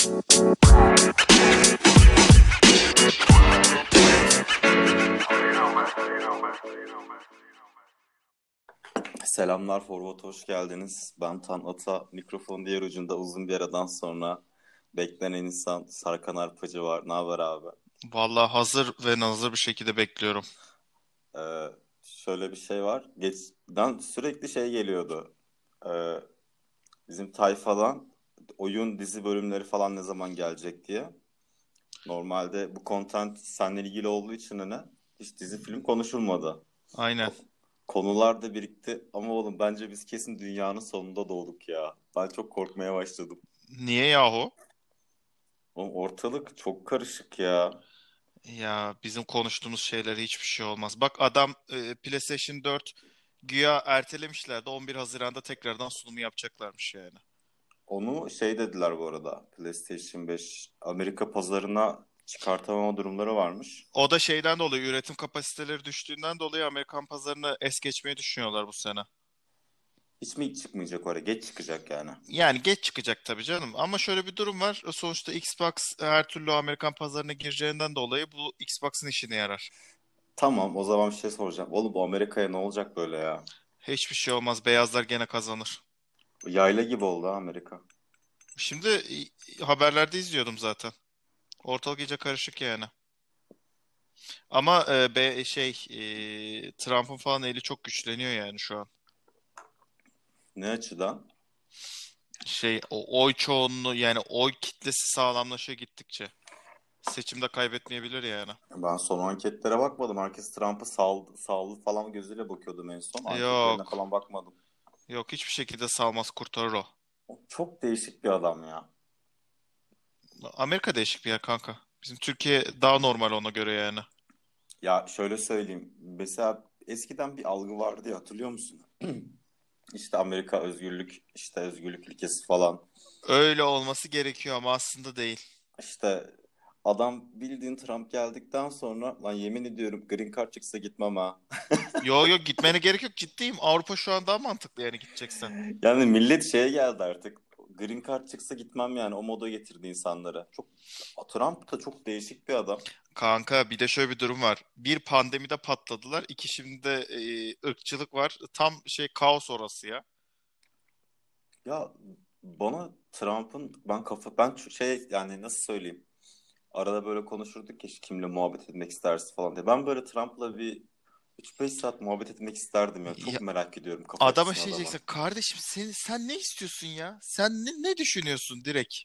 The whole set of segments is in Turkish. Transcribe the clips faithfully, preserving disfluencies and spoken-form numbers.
Selamlar Forvat, hoş geldiniz. Ben Tan Ata, mikrofon diğer ucunda uzun bir aradan sonra beklenen insan Sarkan Arpacı var. Ne haber abi? Vallahi hazır ve nazır bir şekilde bekliyorum. Ee, Şöyle bir şey var. Geçten sürekli şey geliyordu. Ee, Bizim tayfadan oyun dizi bölümleri falan ne zaman gelecek diye. Normalde bu content seninle ilgili olduğu için hani hiç dizi film konuşulmadı. Aynen. Ko- Konular da birikti ama oğlum bence biz kesin dünyanın sonunda doğduk ya. Ben çok korkmaya başladım. Niye yahu? Oğlum ortalık çok karışık ya. Ya bizim konuştuğumuz şeyler hiçbir şey olmaz. Bak adam e, PlayStation dört güya ertelemişlerdi. on bir Haziran'da tekrardan sunumu yapacaklarmış yani. Onu şey dediler bu arada. PlayStation beş Amerika pazarına çıkartamama durumları varmış. O da şeyden dolayı üretim kapasiteleri düştüğünden dolayı Amerikan pazarını es geçmeyi düşünüyorlar bu sene. Hiç mi çıkmayacak oraya? Geç çıkacak yani. Yani geç çıkacak tabii canım. Ama şöyle bir durum var. Sonuçta Xbox her türlü Amerikan pazarına gireceğinden dolayı bu Xbox'ın işine yarar. Tamam, o zaman bir şey soracağım. Oğlum bu Amerika'ya ne olacak böyle ya? Hiçbir şey olmaz. Beyazlar gene kazanır. Yayla gibi oldu ha Amerika. Şimdi e, haberlerde izliyordum zaten. Ortalık iyice karışık yani. Ama e, be, şey e, Trump'ın falan eli çok güçleniyor yani şu an. Ne açıdan? Şey o oy çoğunluğu yani oy kitlesi sağlamlaşıyor gittikçe. Seçimde kaybetmeyebilir yani. Ben son anketlere bakmadım. Herkes Trump'ı sal, saldı falan gözüyle bakıyordum en son. Anketlerine Yok. falan bakmadım. Yok hiçbir şekilde salmaz kurtarır o. O çok değişik bir adam ya. Amerika değişik bir yer kanka. Bizim Türkiye daha normal ona göre yani. Ya şöyle söyleyeyim. Mesela eskiden bir algı vardı ya, hatırlıyor musun? İşte Amerika özgürlük, işte özgürlük ülkesi falan. Öyle olması gerekiyor ama aslında değil. İşte adam bildiğin Trump geldikten sonra lan yemin ediyorum green card çıksa gitmem ha. Yok yok gitmene gerek yok ciddiyim. Avrupa şu an daha mantıklı yani gideceksen. Yani millet şeye geldi artık. Green card çıksa gitmem yani, o moda getirdi insanları. Çok Trump da çok değişik bir adam. Kanka bir de şöyle bir durum var. Bir pandemide patladılar. İki şimdi de e, ırkçılık var. Tam şey kaos orası ya. Ya bana Trump'ın ben kafa ben ç- şey yani nasıl söyleyeyim? Arada böyle konuşurduk ya işte kimle muhabbet etmek istersin falan diye. Ben böyle Trump'la bir üç beş saat muhabbet etmek isterdim ya. Ya Çok merak ediyorum kafa adama açısını şey adamın. diyeceksin. Kardeşim sen, sen ne istiyorsun ya? Sen ne, ne düşünüyorsun direkt?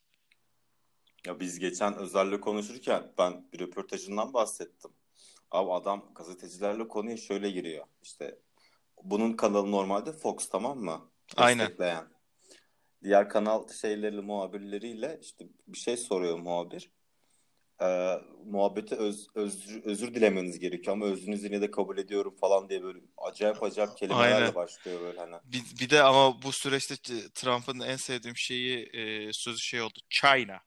Ya biz geçen Özer'le konuşurken ben bir röportajından bahsettim. Abi adam gazetecilerle konuya şöyle giriyor. İşte bunun kanalı normalde Fox, tamam mı? Aynen. Destekleyen. Diğer kanal şeyleri muhabirleriyle işte bir şey soruyor muhabir. Ee, Muhabbeti öz, özür, özür dilemeniz gerekiyor ama özrünüzü yine de kabul ediyorum falan diye böyle acayip acayip Aynen. kelimelerle başlıyor böyle hani. Bir, bir de ama bu süreçte t- Trump'ın en sevdiğim şeyi e, sözü şey oldu. China.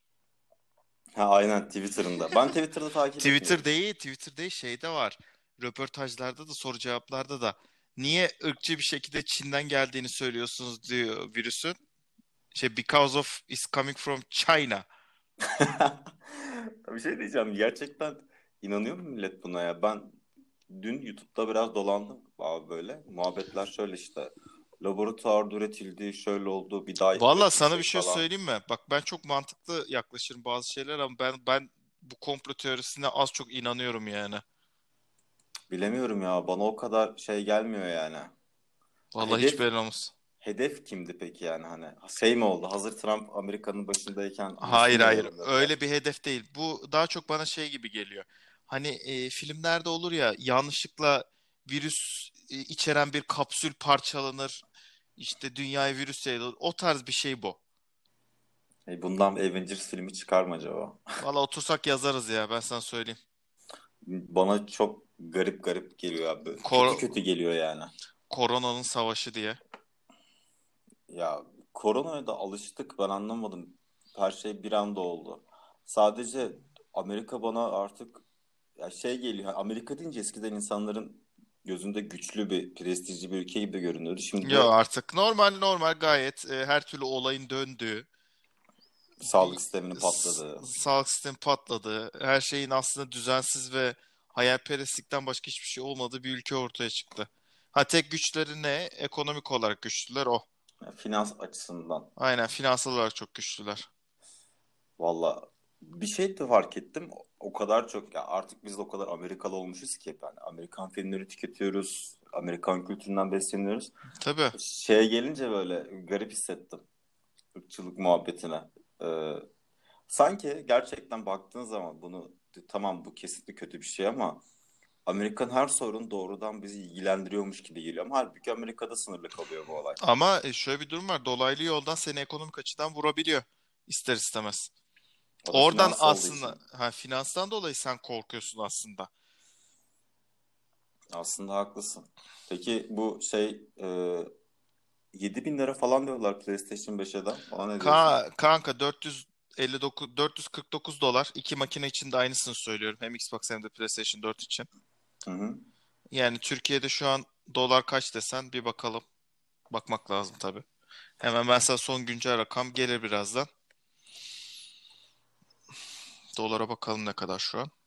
Ha aynen, Twitter'ında. Ben Twitter'da takip Twitter etmiyorum. değil, Twitter değil şeyde var. Röportajlarda da soru cevaplarda da niye ırkçı bir şekilde Çin'den geldiğini söylüyorsunuz diyor virüsün. Şey because of is coming from China. Bir şey diyeceğim. Gerçekten inanıyor mu millet buna ya? Ben dün YouTube'da biraz dolandım abi böyle. Muhabbetler şöyle işte. Laboratuvarda üretildi, şöyle oldu, bir daha Valla sana bir üretecek şey falan. söyleyeyim mi? Bak ben çok mantıklı yaklaşırım bazı şeyler ama ben ben bu komplo teorisine az çok inanıyorum yani. Bilemiyorum ya. Bana o kadar şey gelmiyor yani. Vallahi hiç Hedef belli olmaz. hedef kimdi peki yani hani? Şey mi oldu? Hazır Trump Amerika'nın başındayken virüsü Hayır mü hayır yayınladılar? öyle bir hedef değil. Bu daha çok bana şey gibi geliyor. Hani e, filmlerde olur ya yanlışlıkla virüs e, içeren bir kapsül parçalanır. İşte dünyaya virüs yayılır. O tarz bir şey bu. E, bundan bir Avengers filmi çıkar mı acaba? Valla otursak yazarız ya ben sana söyleyeyim. Bana çok garip garip geliyor abi. Kötü Kor- kötü geliyor yani. Koronanın savaşı diye. Ya koronaya da alıştık, ben anlamadım. Her şey bir anda oldu. Sadece Amerika bana artık ya şey geliyor. Hani Amerika deyince eskiden insanların gözünde güçlü bir, prestijli bir ülke gibi görünüyordu. Yo Şimdi artık normal normal gayet e, her türlü olayın döndüğü. Sağlık sisteminin s- patladığı. sağlık sistemi patladı. Her şeyin aslında düzensiz ve hayalperestlikten başka hiçbir şey olmadığı bir ülke ortaya çıktı. Ha tek güçleri ne? Ekonomik olarak güçlüler o. Yani finans açısından. Aynen finansal olarak çok güçlüler. Valla bir şey de fark ettim. O kadar çok ya artık biz de o kadar Amerikalı olmuşuz ki yani Amerikan filmleri tüketiyoruz. Amerikan kültüründen besleniyoruz. Tabii. Şeye gelince böyle garip hissettim. Irkçılık muhabbetine. Ee, sanki gerçekten baktığın zaman bunu tamam bu kesinlikle kötü bir şey ama Amerikan her sorun doğrudan bizi ilgilendiriyormuş gibi geliyor. Ama halbuki Amerika'da sınırlı kalıyor bu olay. Ama e, şöyle bir durum var. Dolaylı yoldan seni ekonomik açıdan vurabiliyor. İster istemez. O da Oradan finansal olduğu aslında için. ha, finanstan dolayı sen korkuyorsun aslında. Aslında haklısın. Peki bu şey e, yedi bin lira falan diyorlar PlayStation beşe de. Ona ne diyorsun? Ka kanka dört yüz elli dokuz dört yüz kırk dokuz dolar. İki makine için de aynısını söylüyorum. Hem Xbox hem de PlayStation dört için. Hı hı. Yani Türkiye'de şu an dolar kaç desen bir bakalım. Bakmak lazım tabii. Hemen ben sana son güncel rakam gelir birazdan. Dolara bakalım ne kadar şu an.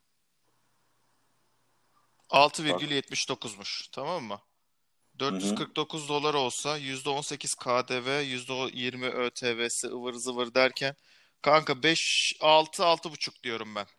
Bak. altı virgül yetmiş dokuzmuş. Tamam mı? Hı hı. dört yüz kırk dokuz dolar olsa yüzde on sekiz K D V, yüzde yirmi ÖTV'si ıvır zıvır derken kanka beş altı altı buçuk diyorum ben.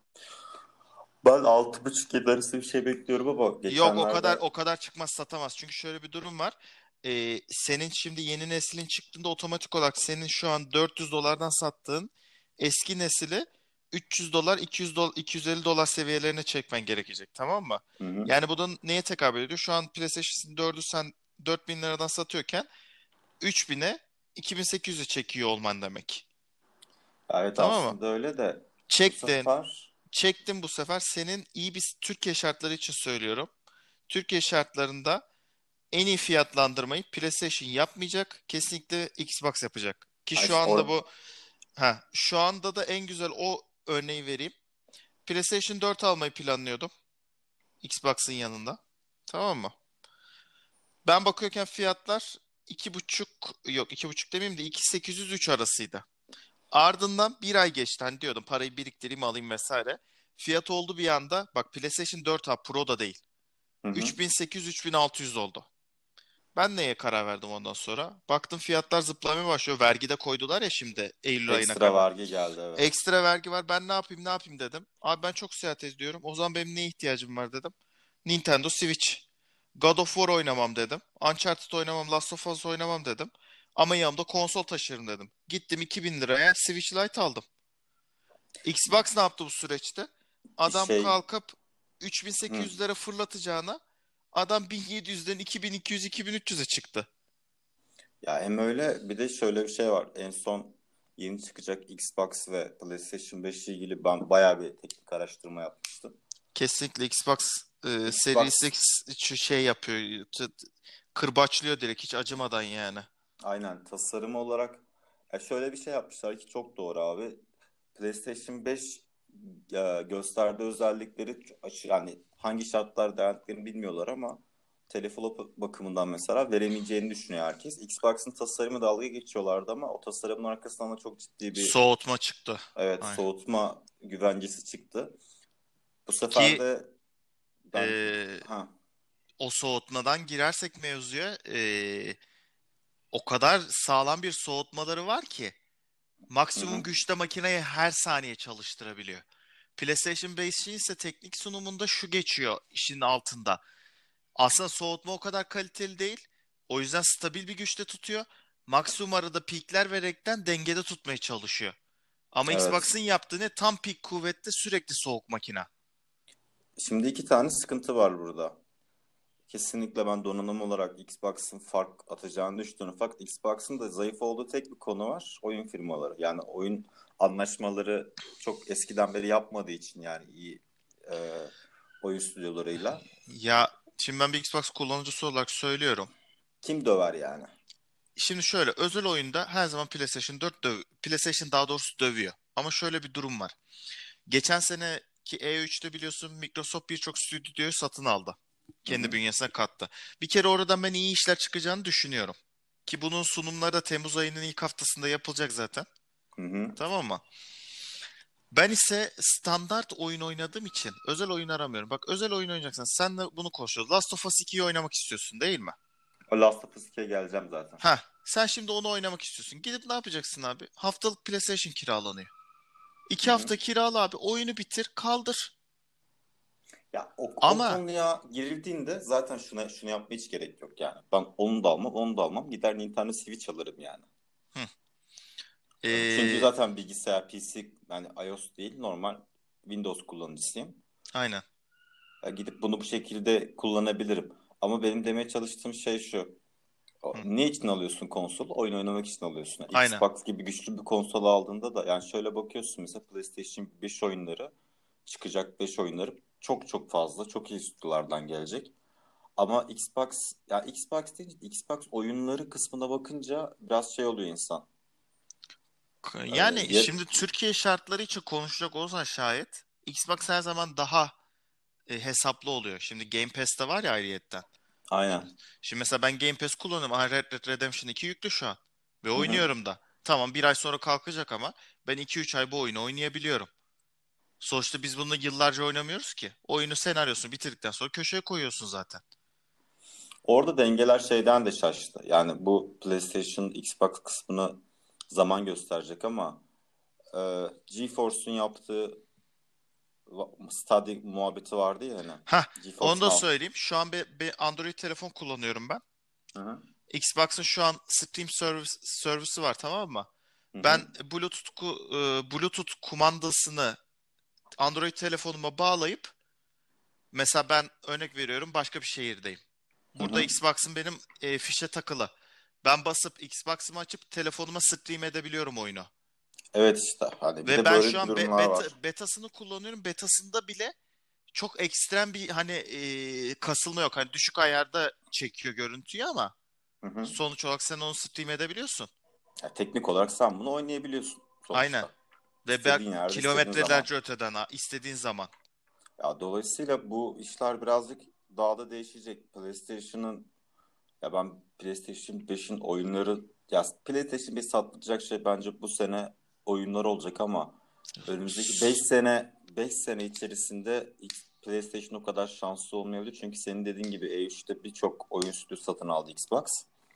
Ben altı buçuk yedi arası bir şey bekliyorum ama Yok o kadar geçenlerde o kadar çıkmaz satamaz. Çünkü şöyle bir durum var. Ee, senin şimdi yeni neslin çıktığında otomatik olarak senin şu an dört yüz dolardan sattığın eski nesili üç yüz dolar iki yüz dolar iki yüz elli dolar seviyelerine çekmen gerekecek, tamam mı? hı hı. Yani bu da neye tekabül ediyor? Şu an PlayStation dördü sen dört bin liradan satıyorken üç bine iki bin sekiz yüze çekiyor olman demek. Evet Tamam mı? aslında öyle de bu Çektin, sefer çektin bu sefer senin iyi bir Türkiye şartları için söylüyorum. Türkiye şartlarında en iyi fiyatlandırmayı PlayStation yapmayacak. Kesinlikle Xbox yapacak. Ki ay şu işte anda or bu ha şu anda da en güzel o örneği vereyim. PlayStation dört almayı planlıyordum Xbox'ın yanında. Tamam mı? Ben bakıyorken fiyatlar iki buçuk yok iki buçuk demeyeyim de iki bin sekiz yüz üç arasıydı. Ardından bir ay geçti. Hani diyordum parayı biriktireyim alayım vesaire. Fiyat oldu bir anda. Bak PlayStation dört A Pro da değil. hı hı. üç bin sekiz yüz üç bin altı yüz oldu. Ben neye karar verdim ondan sonra? Baktım fiyatlar zıplamaya başlıyor. Vergi de koydular ya şimdi Eylül ayına Ekstra kadar. vergi geldi evet. Ekstra vergi var. Ben ne yapayım ne yapayım dedim. Abi ben çok seyahat ediyorum. O zaman benim neye ihtiyacım var dedim. Nintendo Switch. God of War oynamam dedim. Uncharted oynamam, Last of Us oynamam dedim. Ama yanımda konsol taşırım dedim. Gittim iki bin liraya Switch Lite aldım. Xbox ne yaptı bu süreçte? Bir Adam şey kalkıp hı. üç bin sekiz yüz lira fırlatacağına adam bin yedi yüzden iki bin iki yüz iki bin üç yüze çıktı. Ya hem öyle bir de şöyle bir şey var. En son yeni çıkacak Xbox ve PlayStation beş ile ilgili ben bayağı bir teknik araştırma yapmıştım. Kesinlikle Xbox e, Series Xbox X şu şey yapıyor. t- t- Kırbaçlıyor direkt hiç acımadan yani. aynen tasarım olarak ya şöyle bir şey yapmışlar ki çok doğru abi. PlayStation beş e, gösterdiği özellikleri aşı- yani hangi şartlar değerlendirdiklerini bilmiyorlar ama telefon bakımından mesela veremeyeceğini düşünüyor herkes. Xbox'ın tasarımı dalga geçiyorlardı ama o tasarımın arkasından da çok ciddi bir Soğutma çıktı. evet Aynen. soğutma güvencesi çıktı. Bu sefer Ki de ben e, ha o soğutmadan girersek mevzuya e, o kadar sağlam bir soğutmaları var ki hı maksimum hı, güçte makineyi her saniye çalıştırabiliyor. PlayStation beşin ise teknik sunumunda şu geçiyor işin altında. Aslında soğutma o kadar kaliteli değil. O yüzden stabil bir güçte tutuyor. Maksimum arada pikler vererekten dengede tutmaya çalışıyor. Ama evet. Xbox'ın yaptığı ne? Tam pik kuvvette sürekli soğuk makina. Şimdi iki tane sıkıntı var burada. Kesinlikle ben donanım olarak Xbox'ın fark atacağını düşünüyorum. Fakat Xbox'ın da zayıf olduğu tek bir konu var. Oyun firmaları. Yani oyun anlaşmaları çok eskiden beri yapmadığı için yani iyi e, oyun stüdyolarıyla. Ya şimdi ben bir Xbox kullanıcısı olarak söylüyorum. Kim döver yani? Şimdi şöyle özel oyunda her zaman PlayStation dört döv PlayStation daha doğrusu dövüyor. Ama şöyle bir durum var. Geçen seneki E üçte biliyorsun Microsoft birçok stüdyoyu satın aldı. Hı Kendi hı. bünyesine kattı. Bir kere oradan ben iyi işler çıkacağını düşünüyorum. Ki bunun sunumları da Temmuz ayının ilk haftasında yapılacak zaten. Hı hı. Tamam mı? Ben ise standart oyun oynadığım için özel oyun aramıyorum. Bak, özel oyun oynayacaksan sen de bunu konuşuyoruz. Last of Us ikiyi oynamak istiyorsun değil mi? O Last of Us ikiye geleceğim zaten. Ha, sen şimdi onu oynamak istiyorsun. Gidip ne yapacaksın abi? Haftalık PlayStation kiralanıyor. Hı İki hı. hafta kirala abi. Oyunu bitir, kaldır. Ya o, o Ama konuya girildiğinde zaten şuna şunu yapmaya hiç gerek yok yani. Ben onu da almam, onu da almam. Gider Nintendo Switch alırım yani. hı, Ee, Çünkü ee, zaten bilgisayar, P C yani iOS değil, normal Windows kullanıcısıyım. aynen. Ya gidip bunu bu şekilde kullanabilirim. Ama benim demeye çalıştığım şey şu. O- Hı, Ne için alıyorsun konsol? Oyun oynamak için alıyorsun. Yani aynen. Xbox gibi güçlü bir konsol aldığında da yani şöyle bakıyorsun, mesela PlayStation beş oyunları, çıkacak beş oyunları çok çok fazla, çok iyi stüdyolardan gelecek. Ama Xbox, ya Xbox değil, Xbox oyunları kısmına bakınca biraz şey oluyor insan. K- Ee, Yani ya, şimdi Türkiye şartları için konuşacak olsan şayet Xbox her zaman daha e, hesaplı oluyor. Şimdi Game Pass'te var ya ayrıyetten. aynen. Şimdi mesela ben Game Pass kullanıyorum. Aha, Red Dead Redemption iki yüklü şu an. Ve Hı hı. oynuyorum da. Tamam, bir ay sonra kalkacak ama ben iki üç ay bu oyunu oynayabiliyorum. Sonuçta biz bunu yıllarca oynamıyoruz ki. Oyunu, senaryosunu bitirdikten sonra köşeye koyuyorsun zaten. Orada dengeler şeyden de şaştı. Yani bu PlayStation, Xbox kısmını zaman gösterecek ama e, GeForce'un yaptığı Stadia muhabbeti vardı ya hani. Ha, onu GeForce da Now. söyleyeyim. Şu an bir, bir Android telefon kullanıyorum ben. Hı hı. Xbox'ın şu an Steam servis, servisi var, tamam mı? Hı Ben hı. Bluetooth ku- e, Bluetooth kumandasını Android telefonuma bağlayıp, mesela ben örnek veriyorum, başka bir şehirdeyim. Hı Burada hı. Xbox'ım benim e, fişe takılı. Ben basıp Xbox'ımı açıp telefonuma stream edebiliyorum oyunu. Evet işte hani bir Ve de ben böyle şu an be- durumlar beta, var. betasını kullanıyorum. Betasında bile çok ekstrem bir hani e, kasılma yok. Hani düşük ayarda çekiyor görüntüyü ama Hı hı. sonuç olarak sen onu stream edebiliyorsun. Ya, teknik olarak sen bunu oynayabiliyorsun Aynen. sonuçta. Ve bak, İstediğin yerde, istediğin zaman. kilometrelerce öteden ha, istediğin zaman. Ya dolayısıyla bu işler birazcık daha da değişecek. PlayStation'ın, ya ben PlayStation beşin oyunları, ya PlayStation beş satacak şey bence bu sene oyunlar olacak ama önümüzdeki beş sene beş sene içerisinde X- PlayStation o kadar şanslı olmayabilir. Çünkü senin dediğin gibi E üçte birçok oyun stüdyosu satın aldı Xbox.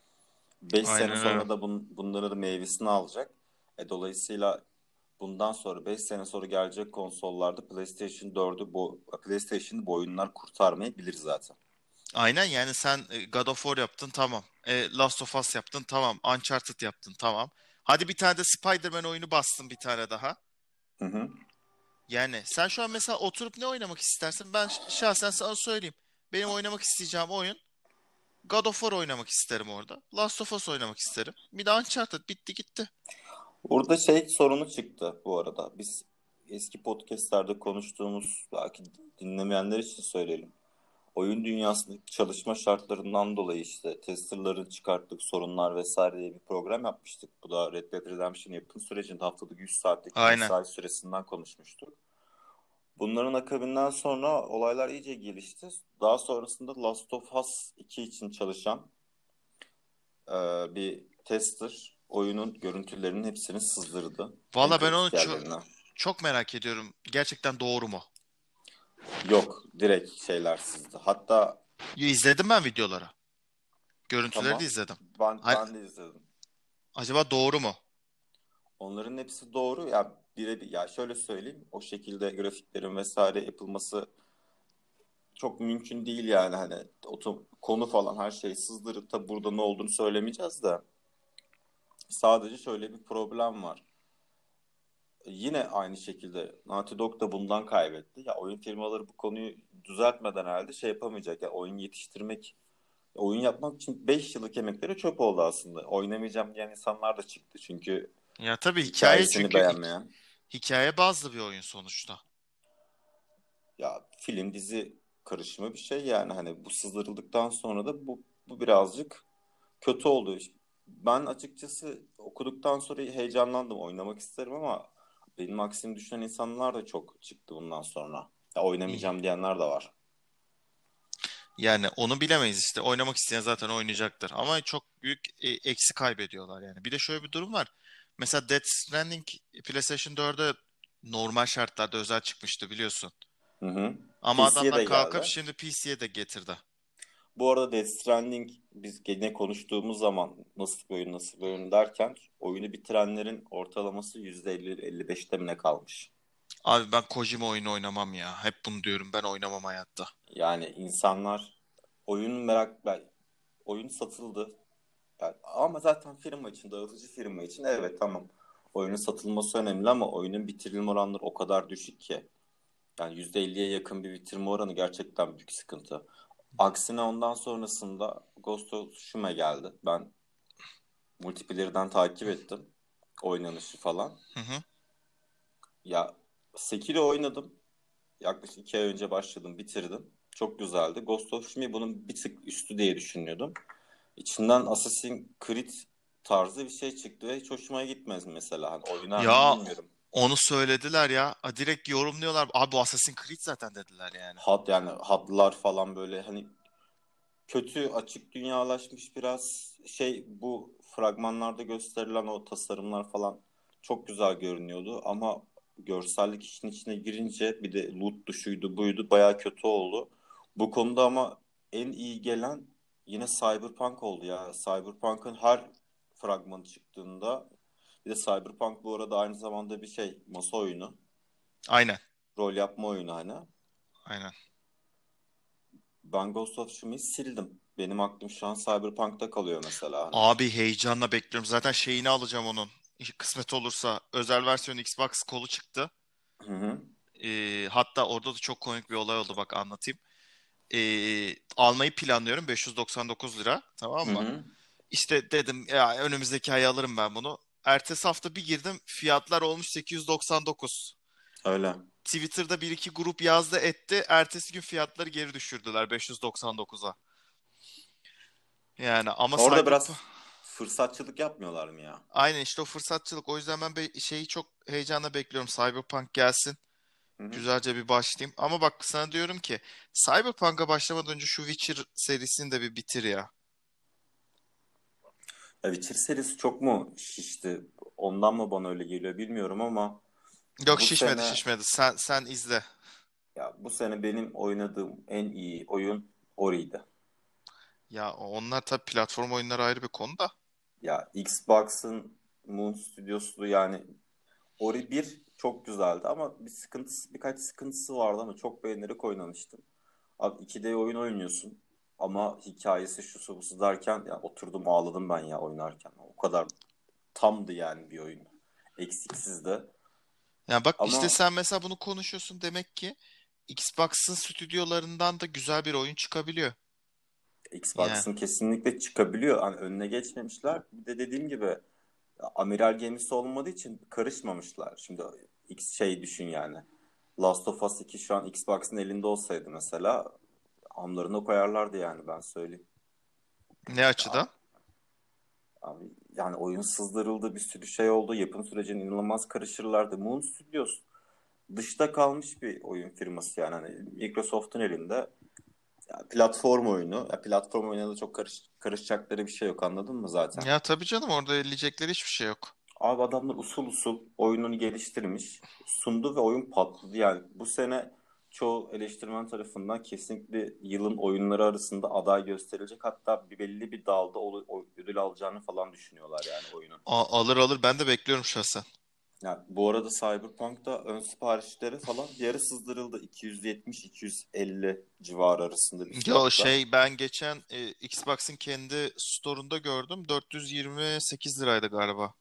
Beş sene Aynen öyle. sonra da bun, bunları da meyvesini alacak. E, dolayısıyla bundan sonra beş sene sonra gelecek konsollarda PlayStation dördü bu PlayStation'ı bu oyunlar kurtarmayabilir zaten. Aynen, yani sen e, God of War yaptın, tamam. E, Last of Us yaptın, tamam. Uncharted yaptın, tamam. Hadi bir tane de Spider-Man oyunu bastın, bir tane daha. Hı hı. Yani sen şu an mesela oturup ne oynamak istersin? Ben ş- şahsen sana söyleyeyim. Benim oynamak isteyeceğim oyun God of War oynamak isterim orada. Last of Us oynamak isterim. Bir de Uncharted, bitti gitti. Burada şey sorunu çıktı bu arada. Biz eski podcastlerde konuştuğumuz, belki dinlemeyenler için söyleyelim. Oyun dünyasındaki çalışma şartlarından dolayı işte testerların çıkarttığı sorunlar vesaire diye bir program yapmıştık. Bu da Red Dead Redemption yapım sürecinde haftada yüz saatlik Aynen. mesai süresinden konuşmuştuk. Bunların akabinden sonra olaylar iyice gelişti. Daha sonrasında Last of Us iki için çalışan e, bir tester oyunun görüntülerinin hepsini sızdırdı. En Valla ben onu kritik ço- yerlerine. çok merak ediyorum. Gerçekten doğru mu? Yok, direkt şeyler sızdı. Hatta Ya, izledim ben videoları. Görüntüleri de tamam, izledim. ben Hani, ben de izledim. acaba doğru mu? Onların hepsi doğru. Ya birebir, ya şöyle söyleyeyim. O şekilde grafiklerin vesaire yapılması çok mümkün değil yani, hani otom, konu falan her şeyi sızdırıp da burada ne olduğunu söylemeyeceğiz de sadece şöyle bir problem var. Yine aynı şekilde Naughty Dog da bundan kaybetti. Ya oyun firmaları bu konuyu düzeltmeden herhalde şey yapamayacak. Ya oyun yetiştirmek, oyun yapmak için beş yıllık emekleri çöp oldu aslında. Oynamayacağım diyen insanlar da çıktı. Çünkü Ya tabii, hikaye, hikayesini çünkü hik- beğenmeyen. hikaye bazlı bir oyun sonuçta. Ya film dizi karışımı bir şey yani, hani bu sızdırıldıktan sonra da bu, bu birazcık kötü oldu. Ben açıkçası okuduktan sonra heyecanlandım, oynamak isterim ama benim aksini düşünen insanlar da çok çıktı bundan sonra. Ya İyi. oynamayacağım diyenler de var. Yani onu bilemeyiz işte. Oynamak isteyen zaten oynayacaktır. Ama çok büyük e, eksi kaybediyorlar yani. Bir de şöyle bir durum var. Mesela Death Stranding PlayStation dörde normal şartlarda özel çıkmıştı biliyorsun. Hı hı. Ama P C'ye adamlar de kalkıp geldi. şimdi P C'ye de getirdi. Bu arada Death Stranding biz gene konuştuğumuz zaman nasıl bir oyun nasıl bir oyun derken oyunu bitirenlerin ortalaması yüzde elli elli beşte mi ne kalmış? Abi ben Kojima oyunu oynamam ya. Hep bunu diyorum, ben oynamam hayatta. Yani insanlar oyun merak ben- oyun satıldı. Yani, ama zaten firma için, dağıtıcı firma için evet tamam. Oyunun satılması önemli ama oyunun bitirilme oranları o kadar düşük ki. Yani yüzde elliye yakın bir bitirme oranı gerçekten büyük sıkıntı. Aksine ondan sonrasında Ghost of Tsushima geldi. Ben multiplayer'dan takip ettim. Oynanışı falan. Hı hı. Ya Sekiro oynadım. Yaklaşık iki ay önce başladım, bitirdim. Çok güzeldi. Ghost of Tsushima bunun bir tık üstü diye düşünüyordum. İçinden Assassin's Creed tarzı bir şey çıktı ve hiç hoşuma gitmez mesela. Hani oynar mıyım Ya bilmiyorum. onu söylediler ya. A, direkt yorumluyorlar. Abi bu Assassin's Creed zaten dediler yani. Hat yani hatlar falan böyle hani kötü açık dünyalaşmış biraz şey bu fragmanlarda gösterilen o tasarımlar falan çok güzel görünüyordu ama görsellik işin içine girince bir de loot şuydu buydu bayağı kötü oldu. Bu konuda ama en iyi gelen yine Cyberpunk oldu ya. Cyberpunk'ın her fragmanı çıktığında bir de Cyberpunk bu arada aynı zamanda bir şey masa oyunu. Aynen. Rol yapma oyunu hani. Aynen. Ben Ghost of Tsushima'yı sildim. Benim aklım şu an Cyberpunk'ta kalıyor mesela hani. Abi heyecanla bekliyorum. Zaten şeyini alacağım onun. Kısmet olursa özel versiyonu Xbox kolu çıktı. Hı hı. Ee, hatta orada da çok komik bir olay oldu, bak anlatayım. Ee, almayı planlıyorum, beş yüz doksan dokuz lira, tamam Hı mı? hı. İşte dedim ya önümüzdeki ay alırım ben bunu. Ertesi hafta bir girdim, fiyatlar olmuş sekiz yüz doksan dokuz. Öyle. Twitter'da bir iki grup yazdı etti. Ertesi gün fiyatları geri düşürdüler beş yüz doksan dokuza. Yani ama Orada Cyberpunk biraz fırsatçılık yapmıyorlar mı ya? aynen işte o fırsatçılık. O yüzden ben be- şeyi çok heyecanla bekliyorum. Cyberpunk gelsin. Hı hı. Güzelce bir başlayayım. Ama bak sana diyorum ki Cyberpunk'a başlamadan önce şu Witcher serisini de bir bitir ya. Ya Witcher serisi çok mu şişti? Ondan mı bana öyle geliyor bilmiyorum ama Yok, bu şişmedi sene şişmedi. Sen sen izle. ya bu sene benim oynadığım en iyi oyun Ori'ydi. Ya onlar tabii platform oyunları ayrı bir konu da. Ya Xbox'ın Moon Studios'lu yani Ori bir çok güzeldi ama bir sıkıntısı birkaç sıkıntısı vardı ama çok beğenerek oynamıştım. Abi iki D oyun oynuyorsun ama hikayesi şu su bu su derken ya oturdum ağladım ben ya oynarken. O kadar tamdı yani bir oyun. Eksiksiz de. Ya bak işte Ama sen mesela bunu konuşuyorsun, demek ki Xbox'ın stüdyolarından da güzel bir oyun çıkabiliyor. Yani Xbox'ın kesinlikle çıkabiliyor. Hani önüne geçmemişler. Bir de dediğim gibi amiral gemisi olmadığı için karışmamışlar. Şimdi X şey düşün yani. Last of Us iki şu an Xbox'ın elinde olsaydı mesela amlarına koyarlardı yani ben söyleyeyim. ne Ya, açıdan? abi, yani oyun sızdırıldı bir sürü şey oldu. Yapım sürecine inanılmaz karışırlardı. Moon Studios dışta kalmış bir oyun firması yani. Hani Microsoft'un elinde. Ya, platform oyunu. Ya, platform oyununa da çok karış, karışacakları bir şey yok anladın mı zaten? Ya tabii canım, orada elleyecekleri hiçbir şey yok. Abi adamlar usul usul oyununu geliştirmiş, sundu ve oyun patladı. Yani bu sene çoğu eleştirmen tarafından kesinlikle yılın oyunları arasında aday gösterilecek. Hatta bir belli bir dalda o, o ödül alacağını falan düşünüyorlar yani oyunun. A- alır alır, ben de bekliyorum şahsen. Yani bu arada Cyberpunk'ta ön siparişleri falan yarı sızdırıldı. iki yüz yetmiş iki yüz elli civarı arasında bir Yo fiyatta. şey, ben geçen e, Xbox'ın kendi store'unda gördüm, dört yüz yirmi sekiz liraydı galiba.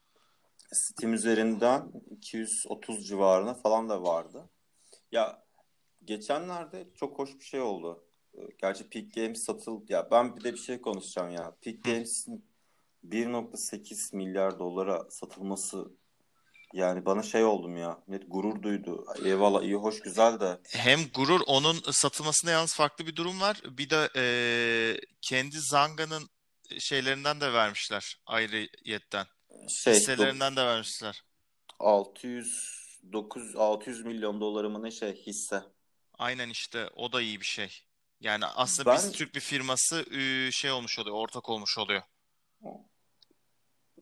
Steam üzerinden iki yüz otuz civarına falan da vardı. Ya geçenlerde çok hoş bir şey oldu. Ee, Gerçi Peak Games satıldı. Ya ben bir de bir şey konuşacağım ya. Peak Hı. Games'in bir nokta sekiz milyar dolara satılması yani bana şey oldum ya. Net gurur duydu. Eyvallah iyi hoş güzel de Hem gurur, onun satılmasında yalnız farklı bir durum var. Bir de e, kendi Zanga'nın şeylerinden de vermişler ayrıyetten. şey dok- Hisselerinden de vermişler. altı yüz dokuz altı yüz milyon doları mı ne şey hisse. Aynen işte, o da iyi bir şey. Yani aslında biz Ben Türk bir firması e, şey olmuş oluyor, ortak olmuş oluyor.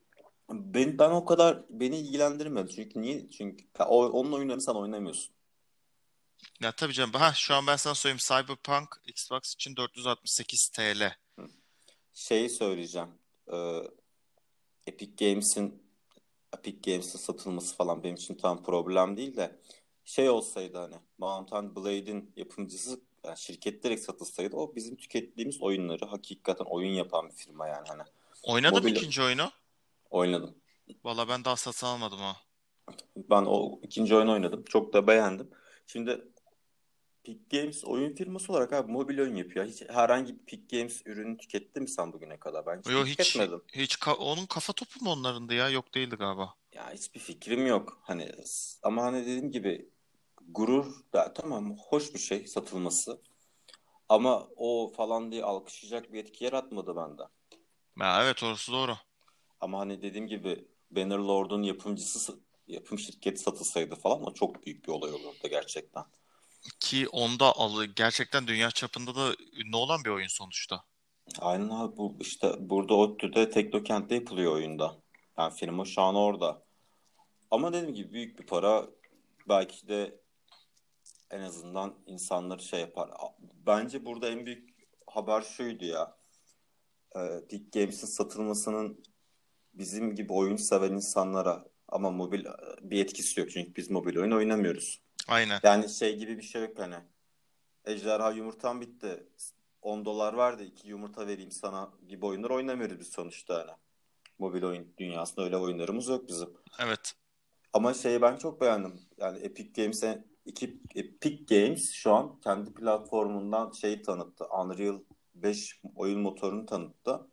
Ben, ben o kadar beni ilgilendirmedi. Çünkü niye? Çünkü ya o, onun oyunlarını sen oynamıyorsun. Ya tabii canım. Ha, şu an ben sana söyleyeyim. Cyberpunk Xbox için dört yüz altmış sekiz T L. Hı. Şeyi söyleyeceğim. Ee, Epic Games'in Epic Games'in satılması falan benim için tam problem değil de şey olsaydı hani Mount and Blade'in yapımcısı yani şirket direkt satılsaydı o bizim tükettiğimiz oyunları hakikaten oyun yapan bir firma yani hani Oynadın mı mobil ikinci oyunu? oynadım. Valla ben daha satın almadım ha. Ben o ikinci oyunu oynadım. Çok da beğendim. Şimdi Epic Games oyun firması olarak abi mobil oyun yapıyor. Hiç herhangi bir Epic Games ürünü tükettin mi sen bugüne kadar? Ben Yo, hiçbir hiç tüketmedim. hiç ka- onun kafa topu mu onlarındı ya? Yok, değildi galiba. Ya hiçbir fikrim yok. Hani s- ama hani dediğim gibi gurur da tamam hoş bir şey satılması. Ama o falan diye alkışlayacak bir etki yaratmadı bende. Ya evet, orası doğru. Ama hani dediğim gibi Bannerlord'un yapımcısı yapım şirketi satılsaydı falan o çok büyük bir olay olurdu gerçekten. Ki onda alı gerçekten dünya çapında da ünlü olan bir oyun sonuçta. Aynen abi bu işte burada ODTÜ'de Teknokent'te yapılıyor oyunda. Yani firma şu an orada. Ama dediğim gibi büyük bir para belki de en azından insanları şey yapar. Bence burada en büyük haber şuydu ya. E, Epic Games'in satılmasının bizim gibi oyun seven insanlara ama mobil e, bir etkisi yok. Çünkü biz mobil oyun oynamıyoruz. Aynen. Yani şey gibi bir şey yok hani. Ejderha yumurtam bitti. on dolar ver de iki yumurta vereyim sana gibi oyunlar oynamıyoruz biz sonuçta hani. Mobil oyun dünyasında öyle oyunlarımız yok bizim. Evet. Ama şeyi ben çok beğendim. Yani Epic Games'e iki Epic Games şu an kendi platformundan şeyi tanıttı. Unreal beş oyun motorunu tanıttı.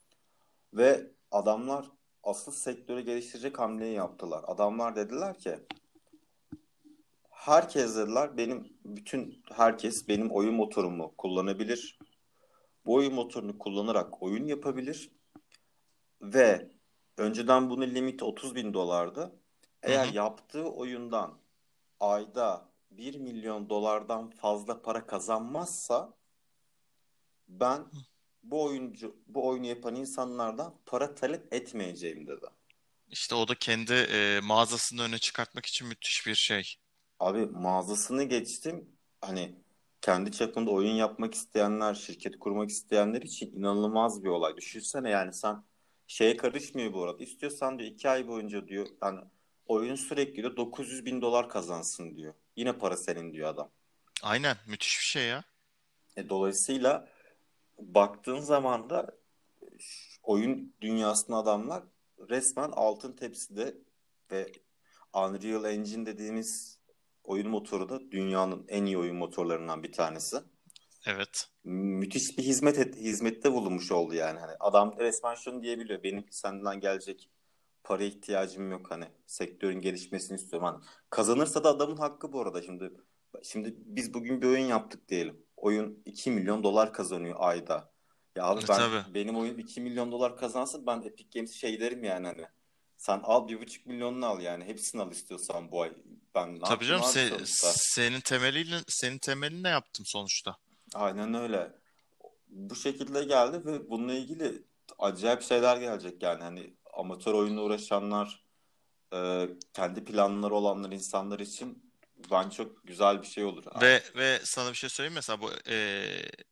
Ve adamlar asıl sektörü geliştirecek hamleyi yaptılar. Adamlar dediler ki herkes dediler benim bütün herkes benim oyun motorumu kullanabilir. Bu oyun motorunu kullanarak oyun yapabilir ve önceden bunun limiti otuz bin dolardı. Hı Eğer hı. yaptığı oyundan ayda bir milyon dolardan fazla para kazanmazsa ben bu oyuncu bu oyunu yapan insanlardan para talep etmeyeceğim dedi. İşte o da kendi e, mağazasını öne çıkartmak için müthiş bir şey. Abi mağazasını geçtim. Hani kendi çapında oyun yapmak isteyenler, şirket kurmak isteyenler için inanılmaz bir olay. Düşünsene yani sen şeye karışmıyor bu arada. İstiyorsan diyor iki ay boyunca diyor yani oyun sürekli diyor dokuz yüz bin dolar kazansın diyor. Yine para senin diyor adam. Aynen, müthiş bir şey ya. E, dolayısıyla baktığın zaman da oyun dünyasında adamlar resmen altın tepside ve Unreal Engine dediğimiz oyun motoru da dünyanın en iyi oyun motorlarından bir tanesi. Evet. Müthiş bir hizmet et, hizmette bulunmuş oldu yani. Hani adam resmen şunu diyebiliyor. Benim senden gelecek para ihtiyacım yok hani. Sektörün gelişmesini istiyorum. Hani kazanırsa da adamın hakkı bu arada. Şimdi şimdi biz bugün bir oyun yaptık diyelim. Oyun iki milyon dolar kazanıyor ayda. Ya E, abi ben tabii. benim oyun iki milyon dolar kazansın ben Epic Games'e şey derim yani hani. Sen al bir buçuk milyonunu al yani. Hepsini al istiyorsan bu ay. Ben ne Tabii yapayım canım, abi se- sonuçta? senin temeliyle senin temeline yaptım sonuçta. Aynen öyle. Bu şekilde geldi ve bununla ilgili acayip şeyler gelecek yani hani amatör oyunla uğraşanlar, e, kendi planları olanlar insanlar için bence çok güzel bir şey olur. Ve ve sana bir şey söyleyeyim, mesela bu e,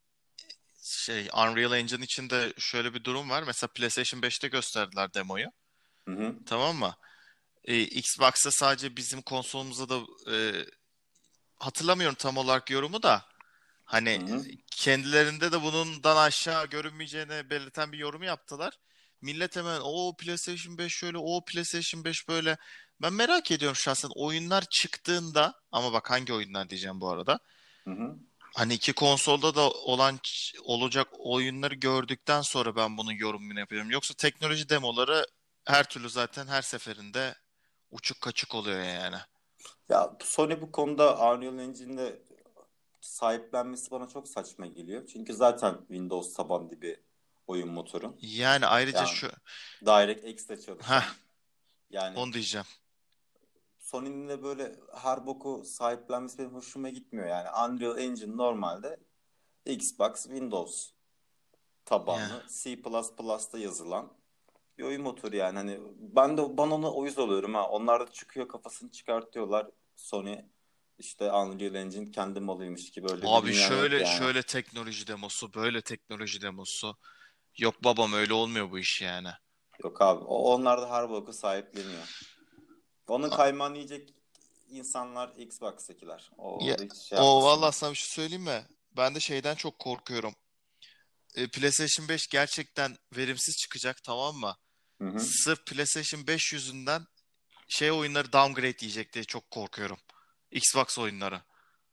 şey Unreal Engine içinde şöyle bir durum var. Mesela PlayStation beşte gösterdiler demoyu. Hı hı, Tamam mı? E, Xbox'ta sadece bizim konsolumuzda da e, hatırlamıyorum tam olarak yorumu da, hı hani hı. kendilerinde de bundan aşağı görünmeyeceğini belirten bir yorum yaptılar. Millet hemen o PlayStation beş şöyle, o PlayStation beş böyle. Ben merak ediyorum şahsen oyunlar çıktığında, ama bak hangi oyunlar diyeceğim bu arada. Hı hı. Hani iki konsolda da olan olacak oyunları gördükten sonra ben bunun yorumunu yapıyorum. Yoksa teknoloji demoları her türlü zaten her seferinde uçuk kaçık oluyor yani. Ya Sony bu konuda Unreal Engine'de sahiplenmesi bana çok saçma geliyor. Çünkü zaten Windows tabanlı bir oyun motoru. Yani ayrıca Yani şu, DirectX'te ha, çalışan yani onu diyeceğim. Sony'nin de böyle her boku sahiplenmesi benim hoşuma gitmiyor. Yani Unreal Engine normalde Xbox, Windows Ya tabanlı C++'da yazılan bir oyun motoru yani. Hani ben de ben ona uyuz oluyorum ha. Onlar da çıkıyor kafasını çıkartıyorlar. Sony işte Unreal Engine kendi malıymış gibi, öyle bir Abi dünya yok şöyle yani. şöyle teknoloji demosu, böyle teknoloji demosu. Yok babam, öyle olmuyor bu iş yani. Yok abi. O, onlar da her boku sahipleniyor. Onun A- kaymağını yiyecek insanlar Xbox'takiler. Ya, Orada hiç şey o yapmasınlar. vallahi sana bir şey söyleyeyim mi? Ben de şeyden çok korkuyorum. E, PlayStation beş gerçekten verimsiz çıkacak, tamam mı? Hı hı. Sırf PlayStation beş yüzünden şey oyunları downgrade diyecek diye çok korkuyorum. Xbox oyunları.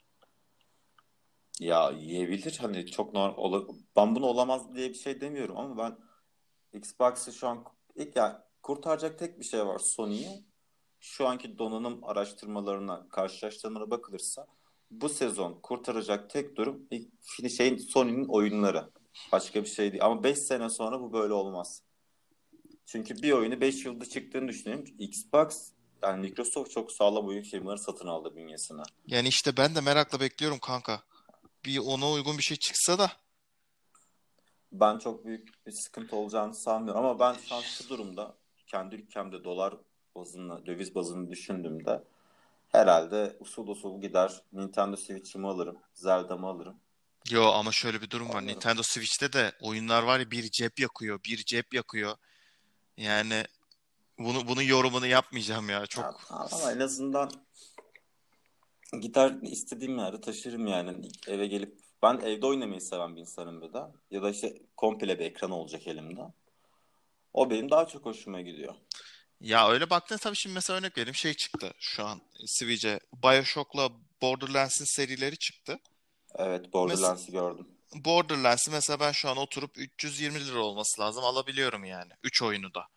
Ya yiyebilir, hani çok normal. Ben bunu olamaz diye bir şey demiyorum ama ben Xbox'ı şu an ilk ya kurtaracak tek bir şey var Sony'yi. Şu anki donanım araştırmalarına, karşılaştırmalara bakılırsa bu sezon kurtaracak tek durum ilk şeyin, Sony'nin oyunları. Başka bir şey değil. Ama beş sene sonra bu böyle olmaz. Çünkü bir oyunu beş yılda çıktığını düşünelim. Xbox, yani Microsoft çok sağlam oyun firmaları satın aldı bünyesine. Yani işte ben de merakla bekliyorum kanka. Bir ona uygun bir şey çıksa da. Ben çok büyük bir sıkıntı olacağını sanmıyorum ama ben şu an şu durumda kendi ülkemde dolar bazında, döviz bazını düşündüğümde herhalde usul usul gider Nintendo Switch'imi alırım, Zelda'mı alırım. Yo, ama şöyle bir durum var. Alırım. Nintendo Switch'te de oyunlar var ya, bir cep yakıyor, bir cep yakıyor. Yani bunu bunun yorumunu yapmayacağım ya. Ya, Çok tamam ama en azından gider istediğim yerde taşırım yani. Eve gelip ben evde oynamayı seven bir insanım bir de. Ya da işte komple bir ekran olacak elimde. O benim daha çok hoşuma gidiyor. ya, öyle baktığında tabii, şimdi mesela örnek vereyim, şey çıktı şu an Switch'e. BioShock'la Borderlands'in serileri çıktı. Evet, Mes Borderlands'i gördüm. Borderlands'i mesela ben şu an oturup üç yüz yirmi lira olması lazım, alabiliyorum yani. Üç oyunu da.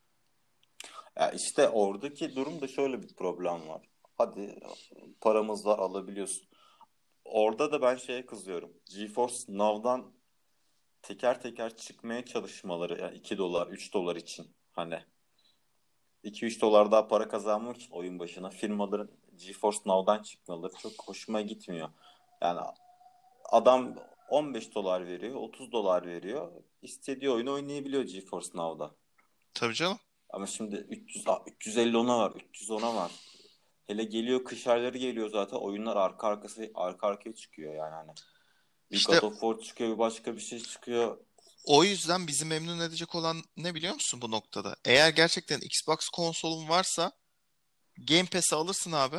Ya işte oradaki durumda şöyle bir problem var. Hadi paramız var, alabiliyorsun. Orada da ben şeye kızıyorum. GeForce Now'dan teker teker çıkmaya çalışmaları, yani iki dolar üç dolar için, hani iki üç dolar daha para kazanmak için oyun başına firmaların GeForce Now'dan çıkmaları çok hoşuma gitmiyor. Yani adam on beş dolar veriyor, otuz dolar veriyor. İstediği oyunu oynayabiliyor GeForce Now'da. Tabii canım. Ama şimdi üç yüz, üç yüz elli ona var, üç yüz ona var. Hele geliyor, kış ayları geliyor zaten, oyunlar arka arkası arka arkaya çıkıyor yani hani. Bir İşte God of War çıkıyor, bir başka bir şey çıkıyor. o yüzden bizi memnun edecek olan ne biliyor musun bu noktada? Eğer gerçekten Xbox konsolun varsa Game Pass'i alırsın abi.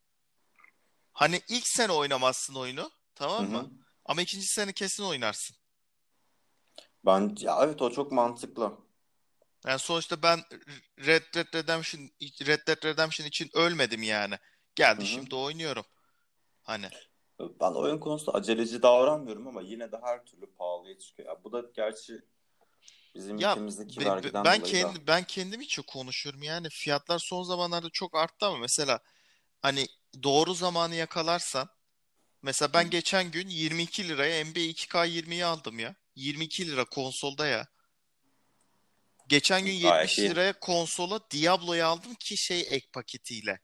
Hani ilk sene oynamazsın oyunu, Hı tamam mı? hı. Ama ikinci sene kesin oynarsın. Ben ya evet, o çok mantıklı. Yani sonuçta ben Red Dead Redemption Red Dead Redemption için ölmedim yani. Hı Geldi, hı. şimdi oynuyorum. Hani Ben oyun konusunda aceleci davranmıyorum ama yine de her türlü pahalıya çıkıyor. Ya bu da gerçi bizim ya, ülkemizdeki be- be- vergiden ben dolayı da. kendi ben kendim için konuşuyorum yani, fiyatlar son zamanlarda çok arttı ama mesela hani doğru zamanı yakalarsan, mesela Hı. ben geçen gün yirmi iki liraya N B A iki K yirmiyi aldım ya. yirmi iki lira konsolda ya. Geçen gün Gayet yetmiş iyi. liraya konsola Diablo'yu aldım ki şey ek paketiyle.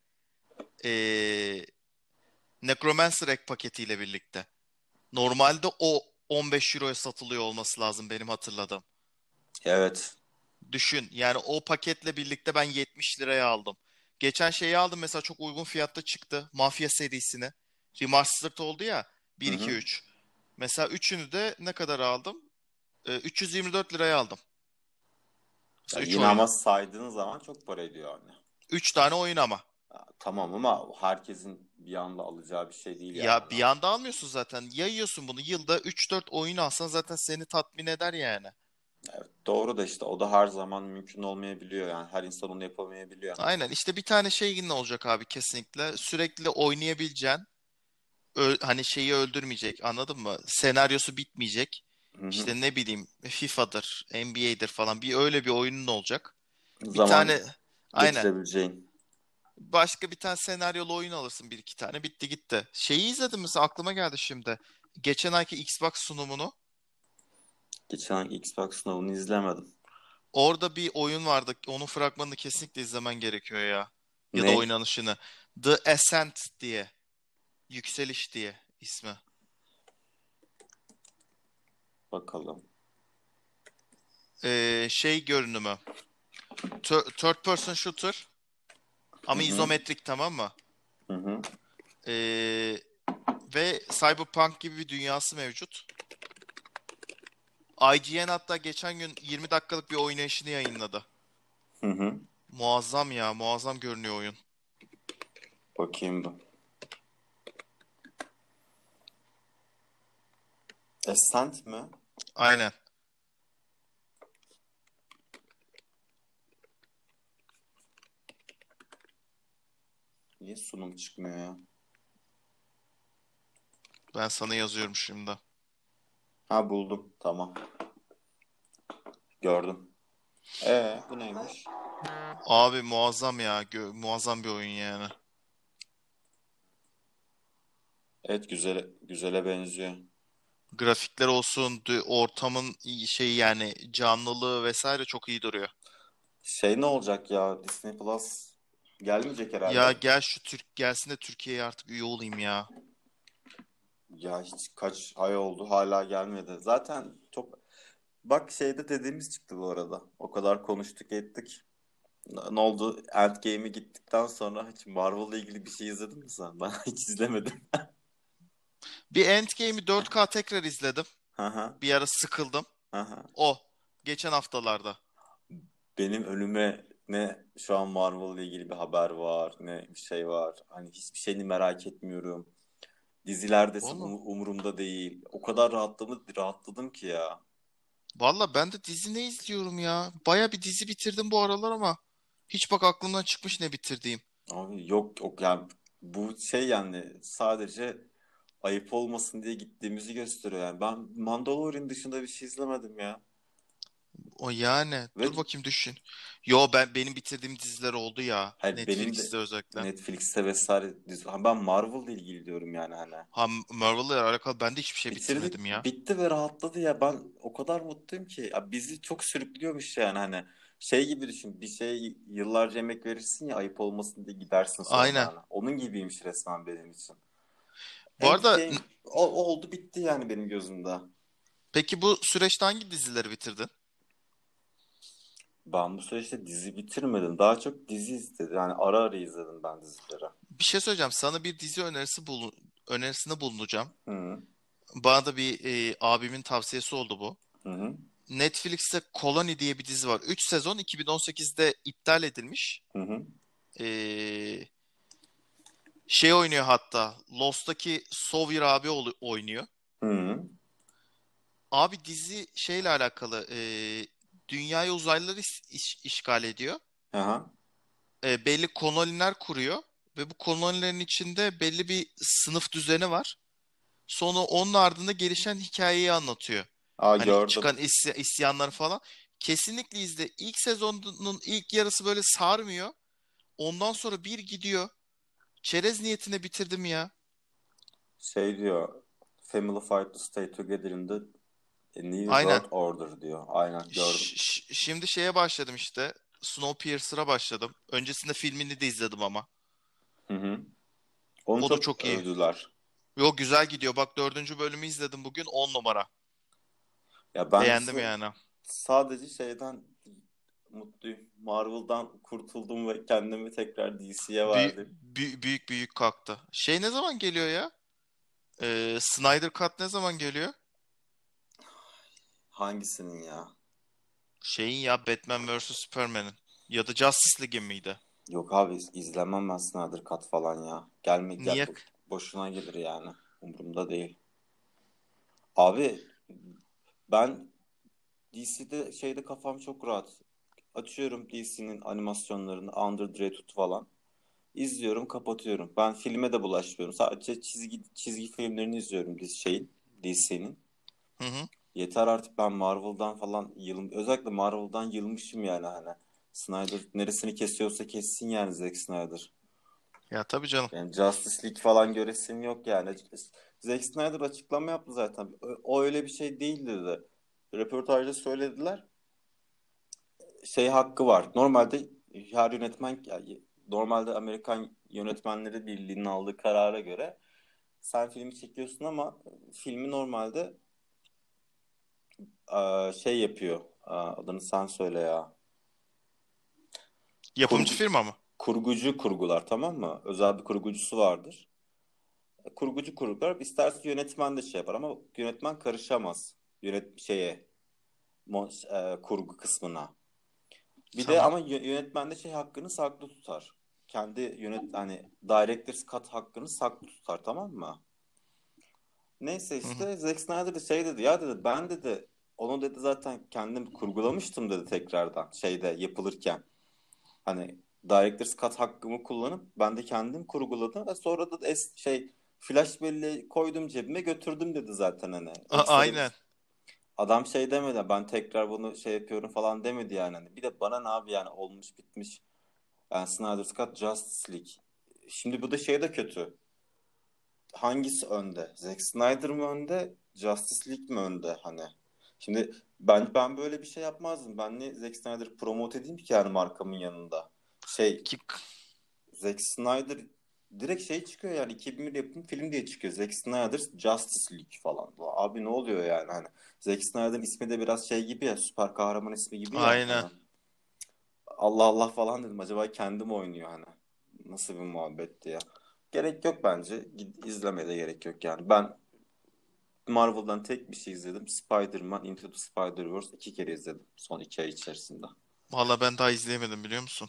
Ee, Necromancer ek paketiyle birlikte. Normalde o on beş euroya satılıyor olması lazım benim hatırladığım. Evet. Düşün yani, o paketle birlikte ben yetmiş liraya aldım. Geçen şeyi aldım mesela, çok uygun fiyatta çıktı. Mafya serisini. Remastered oldu ya, Hı bir iki hı. üç. Mesela üçünü de ne kadar aldım? Ee, üç yüz yirmi dört liraya aldım. Ya Mesela üç yine ama oyunu. saydığın zaman çok para ediyor hani. üç tane oyun ama. Ya tamam ama herkesin bir anda alacağı bir şey değil yani. Ya bir anda almıyorsun zaten. Yayıyorsun bunu. Yılda üç dört oyun alsan zaten seni tatmin eder yani. Evet, doğru da işte o da her zaman mümkün olmayabiliyor yani. Her insan onu yapamayabiliyor. Aynen, işte bir tane şey ne olacak abi kesinlikle. Sürekli oynayabileceğin, ö- hani şeyi öldürmeyecek, anladın mı? Senaryosu bitmeyecek. Hı hı. İşte ne bileyim, FIFA'dır, N B A'dir falan, bir öyle bir oyunun olacak. Bir Zaman tane, aynen, geçirebileceğin. başka bir tane senaryolu oyun alırsın, bir iki tane, bitti gitti. Şeyi izledim mesela, aklıma geldi şimdi. Geçen ayki Xbox sunumunu. Geçen ay Xbox sınavını izlemedim. Orada bir oyun vardı. Onun fragmanını kesinlikle izlemen gerekiyor ya. Ya da Ne? oynanışını. The Ascent diye. Yükseliş diye ismi. Bakalım. Ee, şey görünümü. Thir- Third person shooter Hı ama hı. izometrik, tamam mı? Hı hı. Ee, ve Cyberpunk gibi bir dünyası mevcut. I G N hatta geçen gün yirmi dakikalık bir oynayışını yayınladı. Hı hı. Muazzam ya, muazzam görünüyor oyun. Bakayım bu. Ascent mi? Aynen. Niye sunum çıkmıyor ya? Ben sana yazıyorum şimdi. Ha, buldum. Tamam. Gördüm. Ee, bu neymiş? Abi muazzam ya. Gö- muazzam bir oyun yani. Evet, güzel güzele benziyor. Grafikler olsun, dü- ortamın iyi- şeyi yani canlılığı vesaire çok iyi duruyor. Şey ne olacak ya? Disney Plus gelmeyecek Ya herhalde. gel şu Türk gelsin de Türkiye'ye artık üye olayım ya. Ya hiç kaç ay oldu hala gelmedi. Zaten çok bak şeyde dediğimiz çıktı bu arada. O kadar konuştuk ettik. Ne oldu? Endgame'e gittikten sonra hiç Marvel'la ilgili bir şey izledin mi sen? Ben hiç izlemedim. Bir Endgame'i dört K tekrar izledim. Hı hı. Bir ara sıkıldım. Hı hı. O. Geçen haftalarda. Benim önüme ne şu an Marvel'la ilgili bir haber var, ne bir şey var. Hani hiçbir şeyini merak etmiyorum. Diziler desem Valla. um- umurumda değil. O kadar rahatladım, rahatladım ki ya. Valla ben de dizi ne izliyorum ya? Baya bir dizi bitirdim bu aralar ama hiç bak aklımdan çıkmış ne bitirdiğim. Abi yok yok yani bu şey yani sadece ayıp olmasın diye gittiğimizi gösteriyor yani. Ben Mandalorian dışında bir şey izlemedim ya. O yani. Ve Dur bakayım düşün. Yo ben benim bitirdiğim diziler oldu ya. hayır, benim de Netflix'te özellikle. Netflix'te vesaire dizi- ha, ben Marvel'la ilgili diyorum yani hani. Ha, Marvel'la alakalı ben de hiçbir şey Bitirdik, bitirmedim ya. bitti ve rahatladı ya. Ben o kadar mutluyum ki. Ya bizi çok sürüklüyormuş yani hani. Şey gibi düşün. Bir şey yıllarca emek verirsin ya, ayıp olmasın diye gidersin sonra Aynen. hani. Onun gibiymiş resmen benim için. Bu arada Endgame o, o oldu bitti yani benim gözümde. peki bu süreçte hangi dizileri bitirdin? Ben bu süreçte dizi bitirmedim. Daha çok dizi izledim. Yani ara ara izledim ben dizileri. Bir şey söyleyeceğim. Sana bir dizi önerisi bulu önerisinde bulunacağım. Hı Bana da bir e, abimin tavsiyesi oldu bu. hı. Hı Netflix'te Colony diye bir dizi var. Üç sezon iki bin on sekizde iptal edilmiş. hı. Hı Ee, şey oynuyor hatta. Lost'taki Sawyer abi ol- oynuyor. hı. Abi dizi şeyle alakalı. E, dünyayı uzaylılar is- iş- işgal ediyor. Aha. E, belli koloniler kuruyor. Ve bu kolonilerin içinde belli bir sınıf düzeni var. Sonra onun ardında gelişen hikayeyi anlatıyor. Aa, Hani gördüm. çıkan isy- isyanlar falan. Kesinlikle izle. İlk sezonun ilk yarısı böyle sarmıyor. Ondan sonra bir gidiyor. Çerez niyetine bitirdim ya. Şey diyor. Family fight to stay together in the New Aynen. World Order diyor. Aynen Ş- gördüm. ş- şimdi şeye başladım işte. Snowpiercer'a başladım. Öncesinde filmini de izledim ama. Hı hı. Onu O da çok çok iyi. övdüler. Yok güzel gidiyor. Bak dördüncü bölümü izledim bugün. On numara. Ya ben Beğendim ise yani. sadece şeyden mutluyum. Marvel'dan kurtuldum ve kendimi tekrar D C'ye Büyük, verdim. büyük büyük kalktı. Şey ne zaman geliyor ya? Ee, Snyder Cut ne zaman geliyor? Hangisinin ya? Şeyin ya Batman versus. Superman'in. Ya da Justice League'in miydi? Yok abi, iz- izlemem ben Snyder Cut falan ya. Gelme gel Niye? bo- boşuna gelir yani. Umurumda değil. Abi ben D C'de şeyde kafam çok rahat. Açıyorum D C'nin animasyonlarını, Under the Red Hood falan. İzliyorum, kapatıyorum. Ben filme de bulaşmıyorum. Sadece çizgi çizgi filmlerini izliyorum dizi şeyin, D C'nin. Hı hı. Yeter artık, ben Marvel'dan falan yılım özellikle Marvel'dan yılmışım yani hani. Snyder neresini kesiyorsa kessin yani, Zack Snyder. Ya tabii canım. Yani Justice League falan göresim yok yani. Zack Snyder açıklama yaptı zaten. O, o öyle bir şey değil dedi. Röportajda söylediler. Şey hakkı var. Normalde her yönetmen yani normalde Amerikan Yönetmenleri Birliği'nin aldığı karara göre sen filmi çekiyorsun ama filmi normalde e, şey yapıyor. E, adını sen söyle ya. Yapımcı Kurgu, firma mı? kurgucu kurgular, tamam mı? Özel bir kurgucusu vardır. Kurgucu kurgular isterse yönetmen de şey yapar ama yönetmen karışamaz yönet şeye mon- e, kurgu kısmına. Bir de Tamam. ama yö- yönetmen de şey hakkını saklı tutar. Kendi yönet hani director's cut hakkını saklı tutar, tamam mı? Neyse Hı hı. işte Zack Snyder de şey dedi ya, dedi ben dedi onu dedi zaten kendim kurgulamıştım dedi tekrardan şeyde yapılırken. Hani Director's Cut hakkımı kullanıp ben de kendim kurguladım ve sonra da es şey flash belleği koydum cebime götürdüm dedi zaten hani. A- Ekstra aynen. bir adam şey demedi, ben tekrar bunu şey yapıyorum falan demedi yani. Hani bir de bana ne abi yani, olmuş bitmiş. Yani Snyder's Cut Justice League. Şimdi bu da şey de kötü. Hangisi önde? Zack Snyder mı önde? Justice League mi önde hani? Şimdi ben ben böyle bir şey yapmazdım. Ben ne Zack Snyder promote edeyim ki yani markamın yanında. Şey Ki Zack Snyder direkt şey çıkıyor yani iki bin bir yapım film diye çıkıyor. Zack Snyder's Justice League falan. Abi ne oluyor yani hani? Zack Snyder'ın ismi de biraz şey gibi ya, süper kahraman ismi gibi ya aynen. hani. Allah Allah falan dedim, acaba kendim oynuyor hani. Nasıl bir muhabbetti ya. Gerek yok bence. Gid, izlemeye de gerek yok yani. Ben Marvel'dan tek bir şey izledim. Spider-Man Into the Spider-Verse iki kere izledim son iki ay içerisinde. Valla ben daha izleyemedim biliyor musun?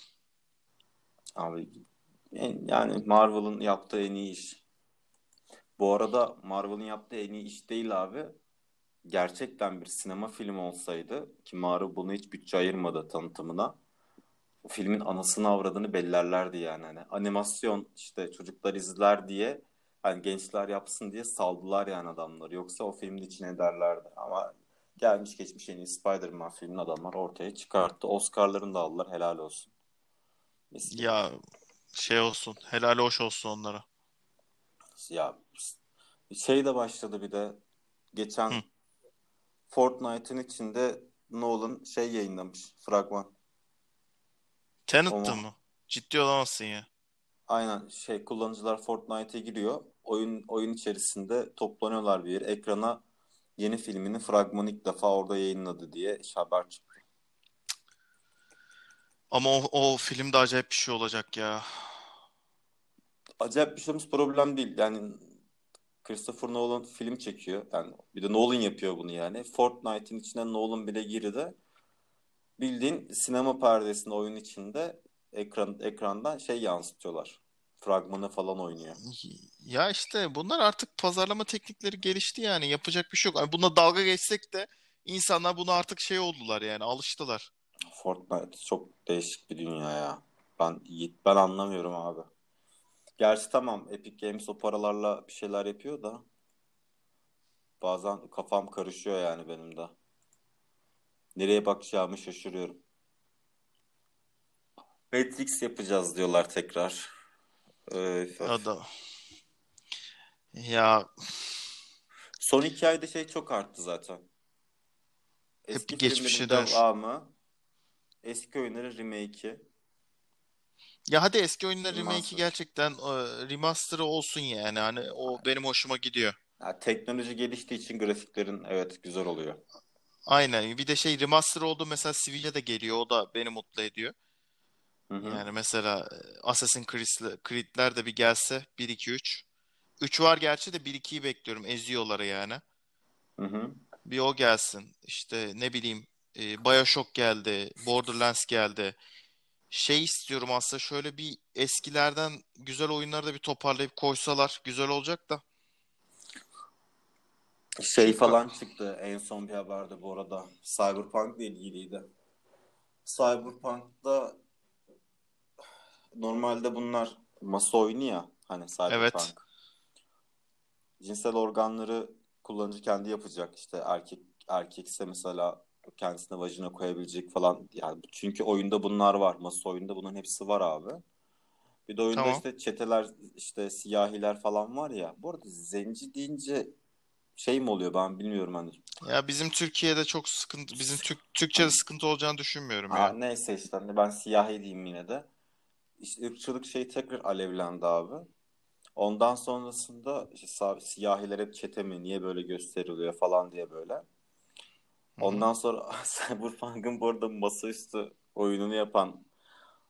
Abi en- yani Marvel'ın yaptığı en iyi iş. Bu arada Marvel'ın yaptığı en iyi iş değil abi. Gerçekten bir sinema filmi olsaydı ki Marvel bunu hiç bütçe ayırmadı tanıtımına. O filmin anasını avradını bellerlerdi yani. Hani animasyon işte çocuklar izler diye hani gençler yapsın diye saldılar yani adamları. Yoksa o filmin içine ederlerdi. Ama gelmiş geçmiş en iyi Spider-Man filmin adamlar ortaya çıkarttı. Oscar'larını da aldılar, helal olsun. Mis gibi. Ya şey olsun. Helal hoş olsun onlara. Ya şey de başladı bir de geçen Hı. Fortnite'ın içinde Nolan şey yayınlamış, fragman. O Tenet'tı mu? mı? Ciddi olamazsın ya. Aynen şey, kullanıcılar Fortnite'e giriyor. Oyun oyun içerisinde toplanıyorlar bir yere. Ekrana yeni filminin fragmanı ilk defa orada yayınladı diye haber çıktı. Ama o, o film de acayip bir şey olacak ya. Acayip bir şeyimiz problem değil. Yani Christopher Nolan film çekiyor. Yani bir de Nolan yapıyor bunu yani. Fortnite'in içine Nolan bile girdi. Bildiğin sinema perdesinde oyun içinde ekran ekrandan şey yansıtıyorlar. Fragmanı falan oynuyor. Ya işte bunlar artık pazarlama teknikleri gelişti yani. Yapacak bir şey yok. Hani buna dalga geçsek de insanlar buna artık şey oldular yani. Alıştılar. Fortnite çok değişik bir dünya ya. Ben ben anlamıyorum abi. Gerçi tamam, Epic Games o paralarla bir şeyler yapıyor da bazen kafam karışıyor yani benim de. Nereye bakacağımı şaşırıyorum. Matrix yapacağız diyorlar tekrar. Öf, Ya öf. da ya Son iki ayda şey çok arttı zaten. hep Eski bir filmlerin geçmişe dönüş. devamı, eski oyunların remake'i, Ya hadi eski oyunlar remake'i remaster. gerçekten e, remaster'ı olsun yani. Hani o benim hoşuma gidiyor. Ha, teknoloji geliştiği için grafiklerin evet güzel oluyor. Aynen. Bir de şey remaster oldu mesela Sevilla de geliyor. O da beni mutlu ediyor. Hı hı. Yani mesela e, Assassin's Creed'ler, Creed'ler de bir gelse bir iki üç. üç var gerçi de bir ikiyi bekliyorum. Eziyorlar yani. Hı hı. Bir o gelsin. İşte ne bileyim e, BioShock geldi. Borderlands geldi. Şey istiyorum aslında şöyle bir eskilerden güzel oyunları da bir toparlayıp koysalar güzel olacak da. Şey Çok falan çıktı en son bir haberde bu arada. Cyberpunk ile ilgiliydi. Cyberpunk'ta normalde bunlar masa oyunu ya hani evet. Cyberpunk. Cinsel organları kullanıcı kendi yapacak, işte erkek erkekse mesela kendisine vajina koyabilecek falan. Yani çünkü oyunda bunlar var. Masa oyunda bunların hepsi var abi. Bir de oyunda Tamam. işte çeteler, işte siyahiler falan var ya. Bu arada zenci deyince şey mi oluyor ben bilmiyorum hani. Ya bizim Türkiye'de çok sıkıntı, bizim Türk Türkçe'de Hani sıkıntı olacağını düşünmüyorum aa, ya. neyse işte hani ben siyahi diyeyim yine de. İşte ırkçılık şeyi tekrar alevlendi abi. Ondan sonrasında işte sa- siyahiler hep çete mi, niye böyle gösteriliyor falan diye böyle. Hı hı. Ondan sonra Cyberpunk'ın bu arada masaüstü oyununu yapan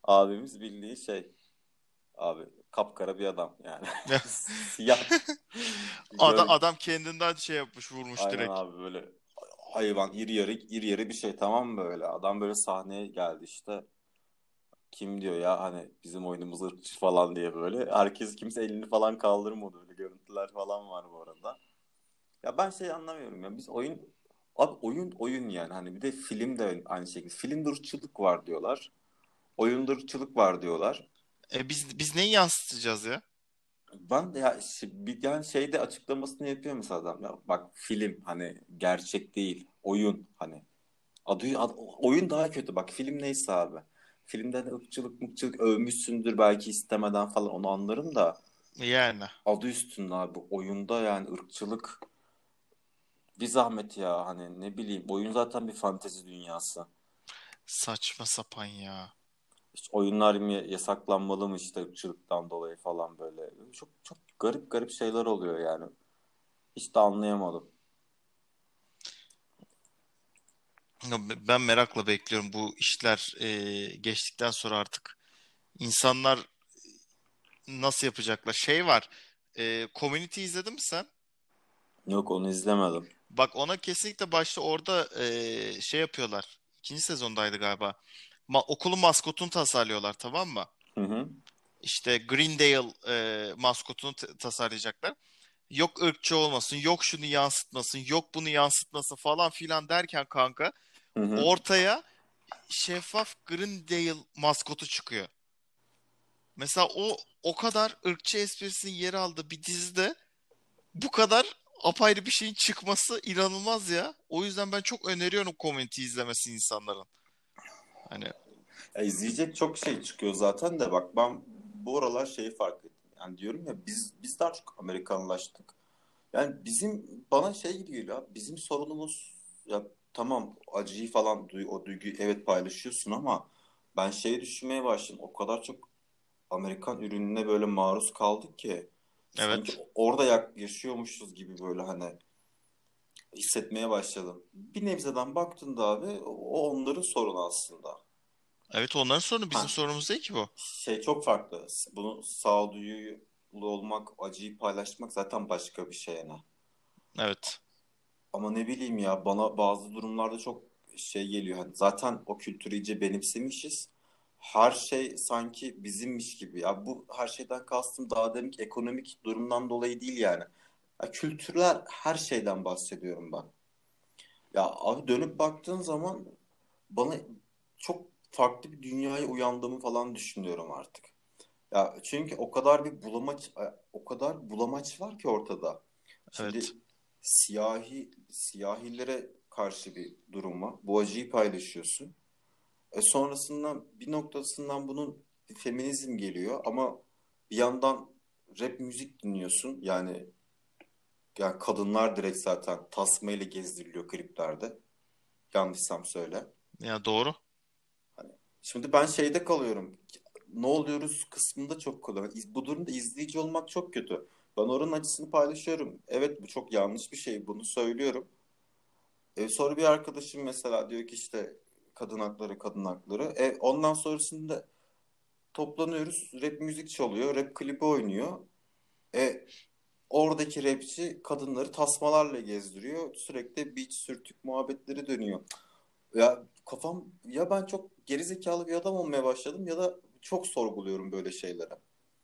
Abimiz bildiği şey abi, kapkara bir adam yani. Siyah Adam, gör, adam kendinden şey yapmış, vurmuş aynen direkt. abi, böyle hayvan, iri yarı iri yarı bir şey, tamam mı böyle. Adam böyle sahneye geldi işte. Kim diyor ya hani bizim oyunumuz ırkçı falan diye böyle. Herkes, kimse elini falan kaldırmadı. Öyle görüntüler falan var bu arada. Ya ben şey anlamıyorum ya, biz oyun, abi oyun oyun yani, hani bir de film de aynı şekilde. Filmde ırkçılık var diyorlar. Oyunda ırkçılık var diyorlar. E biz biz neyi yansıtacağız ya? Ben de ya şi- bir yani şeyde açıklamasını yapıyor mesela adam, ya bak film hani gerçek değil, oyun hani adı, ad- oyun daha kötü, bak film neyse abi. Filmde de ırkçılık mıkçılık övmüşsündür belki istemeden falan, onu anlarım da Yani adı üstünde abi, oyunda yani ırkçılık bir zahmet ya, hani ne bileyim, oyun zaten bir fantezi dünyası. saçma sapan ya. İşte oyunlar mı yasaklanmalı mı işte ırkçılıktan dolayı falan böyle. Çok çok garip garip şeyler oluyor yani. Hiç de anlayamadım. Ya ben merakla bekliyorum bu işler e, geçtikten sonra artık insanlar nasıl yapacaklar? Şey var. E, Community izledin mi sen? Yok, onu izlemedim. Bak ona kesinlikle başta orada e, şey yapıyorlar. İkinci sezondaydı galiba. Ma- okulun maskotunu tasarlıyorlar, tamam mı? Hı hı. İşte Greendale e, maskotunu t- tasarlayacaklar. Yok ırkçı olmasın, yok şunu yansıtmasın, yok bunu yansıtmasın falan filan derken kanka Hı hı. ortaya şeffaf Greendale maskotu çıkıyor. Mesela o o kadar ırkçı esprisinin yer aldığı bir dizide bu kadar apayrı bir şeyin çıkması inanılmaz ya. O yüzden ben çok öneriyorum Community izlemesi insanların. Hani Ya izleyecek çok şey çıkıyor zaten de, bak ben bu aralar şeyi fark ettim. Yani diyorum ya, biz biz daha çok Amerikanlaştık. Yani bizim, bana şey gibi geliyor abi, bizim sorunumuz ya, tamam acıyı falan duy, o duyguyu evet paylaşıyorsun ama ben şeyi düşünmeye başladım. O kadar çok Amerikan ürününe böyle maruz kaldık ki sanki evet. orada yak- yaşıyormuşuz gibi böyle hani hissetmeye başladım. Bir nebzeden baktığında abi, o onların sorunu aslında. Evet, onların sorunu, bizim Ha, sorunumuz değil ki bu. şey çok farklı. Bunu sağduyulu olmak, acıyı paylaşmak zaten başka bir şey yani. Evet. Ama ne bileyim ya, bana bazı durumlarda çok şey geliyor. Hani zaten o kültürü iyice benimsemişiz. Her şey sanki bizimmiş gibi. Ya bu her şeyden kastım daha demek ekonomik durumdan dolayı değil yani. Ya kültürler, her şeyden bahsediyorum ben. Ya abi dönüp baktığın zaman bana çok farklı bir dünyaya uyandığımı falan düşünüyorum artık. Ya çünkü o kadar bir bulamaç, o kadar bulamaç var ki ortada. Evet. Şimdi siyahi siyahilere karşı bir durum var. Bu acıyı paylaşıyorsun. E sonrasında bir noktasından bunun bir feminizm geliyor ama bir yandan rap müzik dinliyorsun. Yani yani kadınlar direkt zaten tasmayla gezdiriliyor kliplerde. Yanlışsam söyle. Ya doğru. Şimdi ben şeyde kalıyorum. Ne oluyoruz kısmında çok kalıyorum. İz- Bu durumda izleyici olmak çok kötü. Ben oranın acısını paylaşıyorum. Evet, bu çok yanlış bir şey. Bunu söylüyorum. E, sonra bir arkadaşım mesela diyor ki işte kadın hakları, kadın hakları. E, ondan sonrasında toplanıyoruz. Rap müzik çalıyor. Rap klibi oynuyor. E, oradaki rapçi kadınları tasmalarla gezdiriyor. Sürekli beach sürtük muhabbetleri dönüyor. Ya kafam, ya ben çok gerizekalı bir adam olmaya başladım ya da çok sorguluyorum böyle şeylere.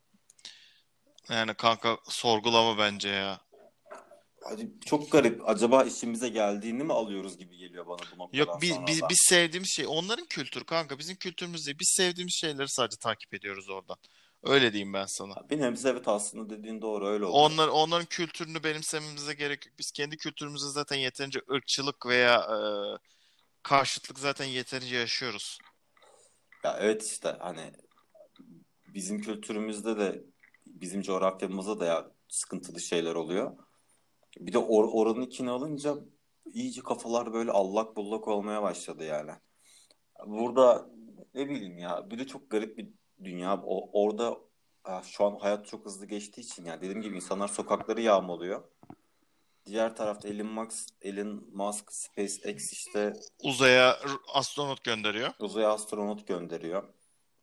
Yani kanka sorgulama bence ya. Hadi çok garip. Acaba işimize geldiğini mi alıyoruz gibi geliyor bana bu Yok, noktadan biz, sonra biz, da. biz sevdiğimiz şey onların kültürü kanka, bizim kültürümüz değil. Biz sevdiğimiz şeyleri sadece takip ediyoruz oradan. Öyle diyeyim ben sana. Bir nebze evet, aslında dediğin doğru, öyle oluyor. Onlar, onların kültürünü benimsememize gerek yok. Biz kendi kültürümüzde zaten yeterince ırkçılık veya e, karşıtlık zaten yeterince yaşıyoruz. Ya evet, işte hani bizim kültürümüzde de bizim coğrafyamızda da ya sıkıntılı şeyler oluyor. Bir de or oranın içine alınca iyice kafalar böyle allak bullak olmaya başladı yani. Burada ne bileyim ya, bir de çok garip bir dünya. O, orada ha, şu an hayat çok hızlı geçtiği için yani dediğim gibi insanlar sokakları yağmalıyor. Diğer tarafta Elon Musk, Elon Musk SpaceX işte Uzaya r- astronot gönderiyor. uzaya astronot gönderiyor.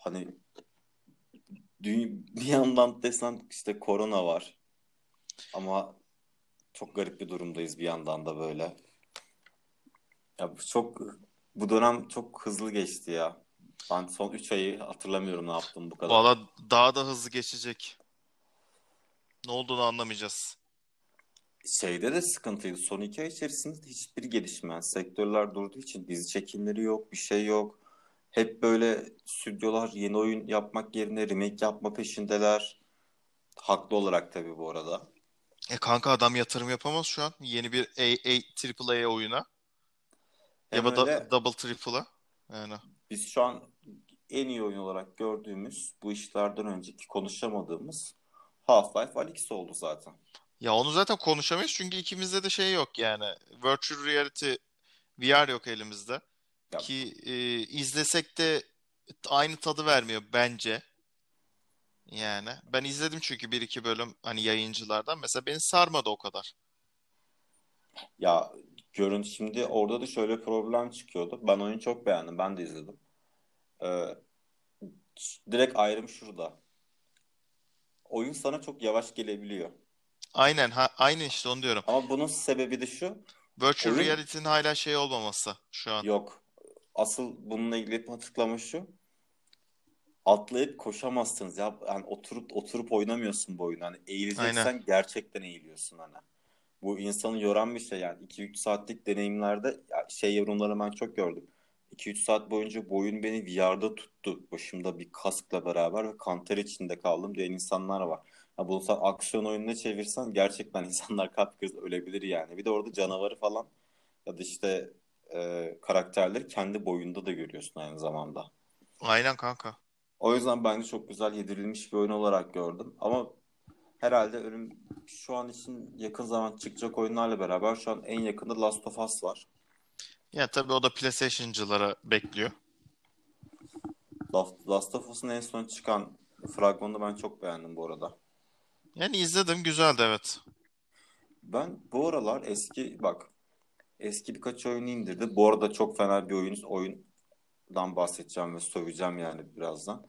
hani dü- bir yandan desen işte korona var ama çok garip bir durumdayız bir yandan da böyle. Ya bu çok bu dönem çok hızlı geçti ya. Ben son üç ayı hatırlamıyorum ne yaptım bu kadar. Valla daha da hızlı geçecek. Ne olduğunu anlamayacağız. Şeyde de sıkıntıydı. Son iki ay içerisinde hiçbir gelişme. Yani sektörler durduğu için dizi çekimleri yok, bir şey yok. Hep böyle stüdyolar yeni oyun yapmak yerine remake yapma peşindeler. Haklı olarak tabii bu arada. E kanka adam yatırım yapamaz şu an. Yeni bir A, A, Triple A oyuna. Ya Hem da öyle Double Triple'a. Yani. biz şu an en iyi oyun olarak gördüğümüz bu işlerden önceki konuşamadığımız Half-Life Alyx oldu zaten. Ya onu zaten konuşamayız çünkü ikimizde de şey yok yani. Virtual Reality V R yok elimizde. Ya, Ki e, izlesek de aynı tadı vermiyor bence. Yani ben izledim çünkü bir iki bölüm hani yayıncılardan. Mesela beni sarmadı o kadar. ya görün şimdi orada da şöyle problem çıkıyordu. Ben oyunu çok beğendim. Ben de izledim. Ee, Direkt ayrım şurada. Oyun sana çok yavaş gelebiliyor. Aynen ha aynı işte onu diyorum. Ama bunun sebebi de şu. Virtual Oyun Reality'nin hala şey olmaması şu an. yok. Asıl bununla ilgili açıklama şu. Atlayıp koşamazsınız ya. Yani oturup oturup oynamıyorsun bu oyunu. Hani Aynen. eğileceksen gerçekten eğiliyorsun hani. Bu insanı yoran bir şey yani. iki üç saatlik deneyimlerde ya şey yorumları ben çok gördüm. iki üç saat boyunca bu oyun beni V R'da tuttu. Başımda bir kaskla beraber ve kanter içinde kaldım diyen insanlar var. Ya bunu sen aksiyon oyununa çevirsen gerçekten insanlar kalp krizi ölebilir yani. Bir de orada canavarı falan ya da işte e, karakterleri kendi boyunda da görüyorsun aynı zamanda. Aynen kanka. O yüzden bence çok güzel yedirilmiş bir oyun olarak gördüm. Ama herhalde önüm şu an için yakın zaman çıkacak oyunlarla beraber şu an en yakında Last of Us var. Ya tabii o da PlayStation'cılara bekliyor. Last, Last of Us'ın en son çıkan fragmanını ben çok beğendim bu arada. Yani izledim güzeldi evet. Ben bu aralar eski bak eski birkaç oyunu indirdi. Bu arada çok fena bir oyun, oyundan bahsedeceğim ve söveceğim yani birazdan.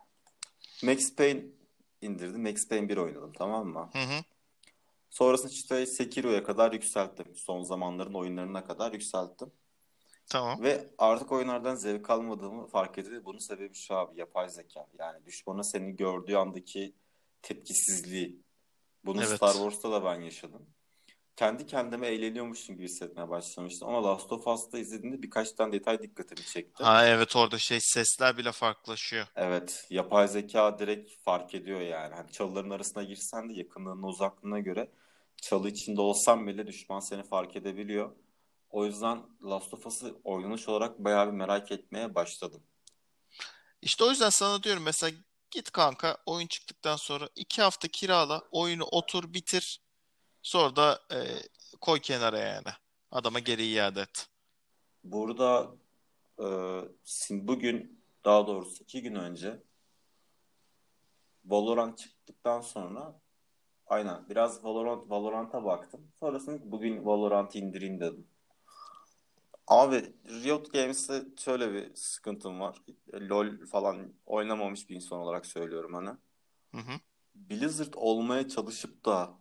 Max Payne indirdim. Max Payne bir oynadım, tamam mı? Hı hı. Sonrasında işte Sekiro'ya kadar yükselttim. Son zamanların oyunlarına kadar yükselttim. Tamam. Ve artık oyunlardan zevk almadığımı fark edildi. Bunun sebebi şu abi, yapay zeka. Yani düşmanın seni gördüğü andaki tepkisizliği. Bunu Star Evet. Wars'ta da ben yaşadım. Kendi kendime eğleniyormuşum gibi hissetmeye başlamıştım. Ama Last of Us'ta izlediğimde birkaç tane detay dikkatimi çekti. Ha evet orada şey sesler bile farklılaşıyor. Evet, yapay zeka direkt fark ediyor yani. Hani çalıların arasına girsen de yakınlığına, uzaklığına göre çalı içinde olsan bile düşman seni fark edebiliyor. O yüzden Last of Us'ı oynanış olarak bayağı bir merak etmeye başladım. İşte o yüzden sana diyorum mesela git kanka oyun çıktıktan sonra iki hafta kirala oyunu otur bitir. Sonra da e, koy kenara yani. Adama geri iade et. Burada e, sin- bugün daha doğrusu iki gün önce Valorant çıktıktan sonra aynen biraz Valorant Valorant'a baktım. Sonrasında bugün Valorant'ı indireyim dedim. Abi Riot Games'te şöyle bir sıkıntım var. LoL falan oynamamış bir insan olarak söylüyorum hani. Hı hı. Blizzard olmaya çalışıp da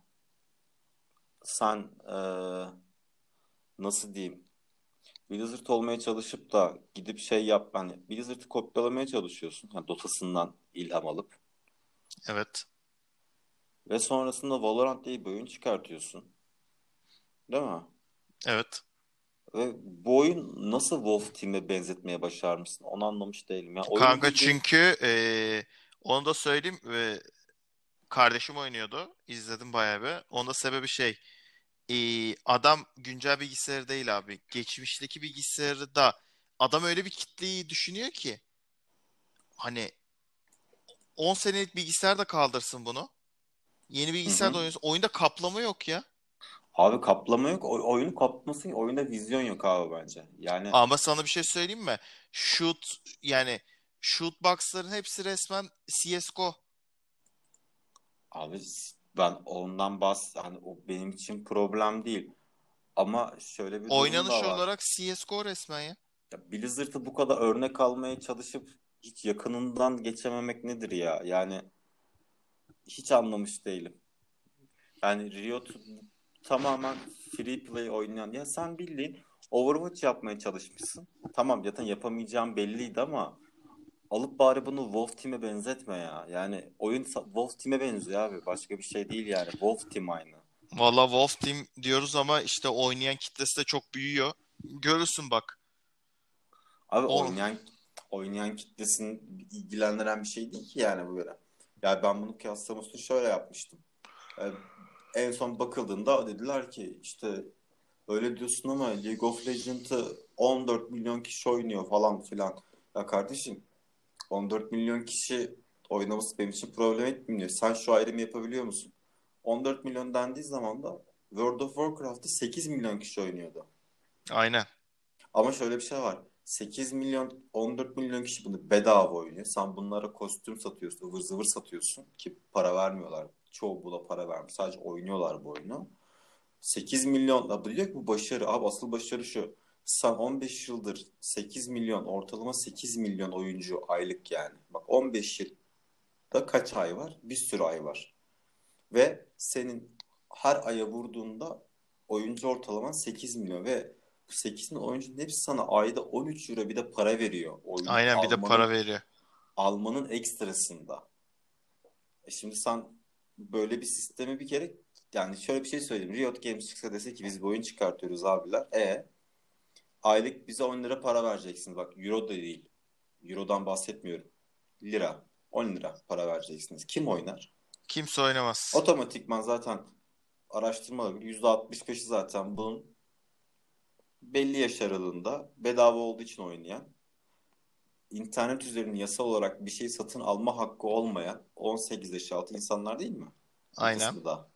sen e, nasıl diyeyim? Blizzard olmaya çalışıp da gidip şey yap hani Blizzard'ı kopyalamaya çalışıyorsun. Yani Dota'sından ilham alıp. Evet. Ve sonrasında Valorant diye bir oyun çıkartıyorsun. Değil mi? Evet. Ve bu oyun nasıl Wolf Team'e benzetmeye başarmışsın? Onu anlamış değilim. Ya oyunun Kanka bildiğin çünkü e, onu da söyleyeyim. E, kardeşim oynuyordu. İzledim bayağı bir. Onda sebebi şey. e, adam güncel bilgisayarı değil abi. Geçmişteki bilgisayarı da adam öyle bir kitleyi düşünüyor ki. Hani on senelik bilgisayar da kaldırsın bunu. Yeni hı bilgisayar hı. da oynasın. Oyunda kaplama yok ya. Abi kaplama yok. O, oyunun kaplaması yok. Oyunda vizyon yok abi bence. Yani Ama sana bir şey söyleyeyim mi? Shoot yani shoot box'ların hepsi resmen C S G O. abi ben ondan bahs hani o benim için problem değil. Ama şöyle bir durum Oynanış da var. olarak C S G O resmen ya. Ya Blizzard'ı bu kadar örnek almaya çalışıp hiç yakınından geçememek nedir ya? Yani hiç anlamış değilim. Yani Riot tamamen free play oynayan. Ya sen bildiğin Overwatch yapmaya çalışmışsın. Tamam, zaten yapamayacağım belliydi ama alıp bari bunu Wolf Team'e benzetme ya. Yani oyun sa- Wolf Team'e benziyor abi. Başka bir şey değil yani. Wolf Team aynı. Valla Wolf Team diyoruz ama işte oynayan kitlesi de çok büyüyor. Görürsün bak. Abi O oynayan oynayan kitlesini ilgilendiren bir şey değil ki yani bu böyle. Yani ben bunu kıyaslamasını şöyle yapmıştım. Yani en son bakıldığında dediler ki işte öyle diyorsun ama League of Legends'ı on dört milyon kişi oynuyor falan filan. Ya kardeşim, on dört milyon kişi oynaması benim için problem etmiyor. Sen şu ayrımı yapabiliyor musun? on dört milyon dendiği zaman da World of Warcraft'ta sekiz milyon kişi oynuyordu. aynen. Ama şöyle bir şey var. sekiz milyon, on dört milyon kişi bunu bedava oynuyor. Sen bunlara kostüm satıyorsun, ıvır zıvır satıyorsun ki para vermiyorlar. Çoğu buna para vermiyor. Sadece oynuyorlar bu oyunu. sekiz milyon, da diyor ki bu başarı. Abi asıl başarı şu. Sen on beş yıldır sekiz milyon, ortalama sekiz milyon oyuncu aylık yani. Bak on beş yılda kaç ay var? Bir sürü ay var. Ve senin her aya vurduğunda oyuncu ortalaman sekiz milyon ve bu sekiz milyon oyuncunun hepsi sana ayda on üç euro bir de para veriyor. Oyunu Aynen bir de para almanın veriyor. almanın ekstrasında. E şimdi sen böyle bir sistemi bir kere, yani şöyle bir şey söyleyeyim. Riot Games çıksa dese ki biz bir oyun çıkartıyoruz abiler. E aylık bize on lira para vereceksiniz. Bak euro da değil. Euro'dan bahsetmiyorum. Lira. on lira para vereceksiniz. Kim oynar? Kimse oynamaz. Otomatikman zaten araştırmalar yüzde altmış beşi zaten bunun belli yaş aralığında bedava olduğu için oynayan, internet üzerinde yasal olarak bir şey satın alma hakkı olmayan on sekiz yaş altı insanlar değil mi? Bir Aynen. kısmı da.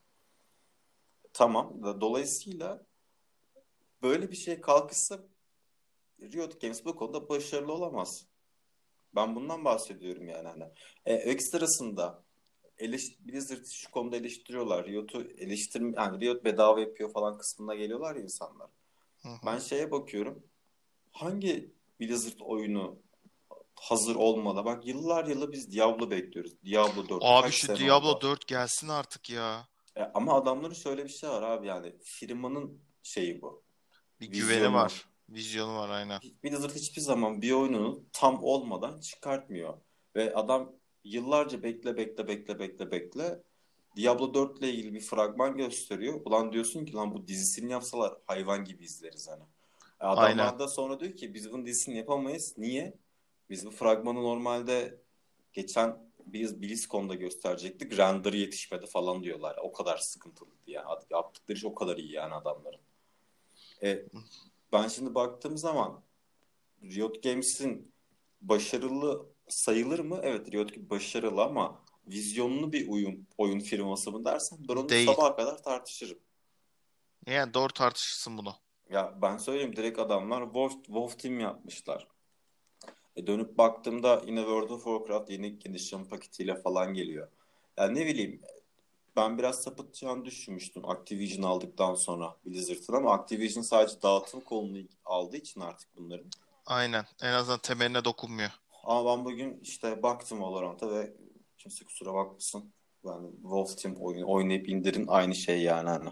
Tamam. Dolayısıyla böyle bir şey kalkışsa Riot Games bu konuda başarılı olamaz. Ben bundan bahsediyorum yani hani. E, ekstrasında eleş Blizzard şu konuda eleştiriyorlar. Riot'u eleştir yani Riot bedava yapıyor falan kısmına geliyorlar ya insanlar. Hı Ben hı. şeye bakıyorum. Hangi Blizzard oyunu hazır olmadı? Bak yıllar yılı biz Diablo bekliyoruz. Diablo dört Abi kaç şu sene Diablo oldu? dört gelsin artık ya. E, ama adamların şöyle bir şey var abi, yani firmanın şeyi bu. Bir güveni Vizyonu. var. Vizyonu var aynen. Blizzard hiçbir zaman bir oyununu tam olmadan çıkartmıyor. Ve adam yıllarca bekle bekle bekle bekle bekle Diablo dört ile ilgili bir fragman gösteriyor. Ulan diyorsun ki lan bu dizisini yapsalar hayvan gibi izleriz hani. E, Aynen. adamlar da sonra diyor ki biz bunun dizisini yapamayız. Niye? Biz bu fragmanı normalde geçen biz BlizzCon'da gösterecektik. Render yetişmedi falan diyorlar. O kadar sıkıntılıydı yani. Yaptıkları iş o kadar iyi yani adamların. E, ben şimdi baktığım zaman Riot Games'in başarılı sayılır mı? Evet, Riot Games başarılı ama vizyonlu bir oyun, oyun firması mı dersen ben onu Değil. sabaha kadar tartışırım. Yani doğru tartışırsın bunu. Ya ben söyleyeyim, direkt adamlar Wolf, Wolf Team yapmışlar. E dönüp baktığımda yine World of Warcraft yeni gelişim paketiyle falan geliyor. Yani ne bileyim, ben biraz sapıtacağını düşünmüştüm Activision aldıktan sonra Blizzard'ın, ama Activision sadece dağıtım kolunu aldığı için artık bunların. Aynen. En azından temeline dokunmuyor. Ama ben bugün işte baktım Valorant'a ve kimse kusura bakmasın. Yani Wolf Team oyunu oynayıp indirin aynı şey yani hani.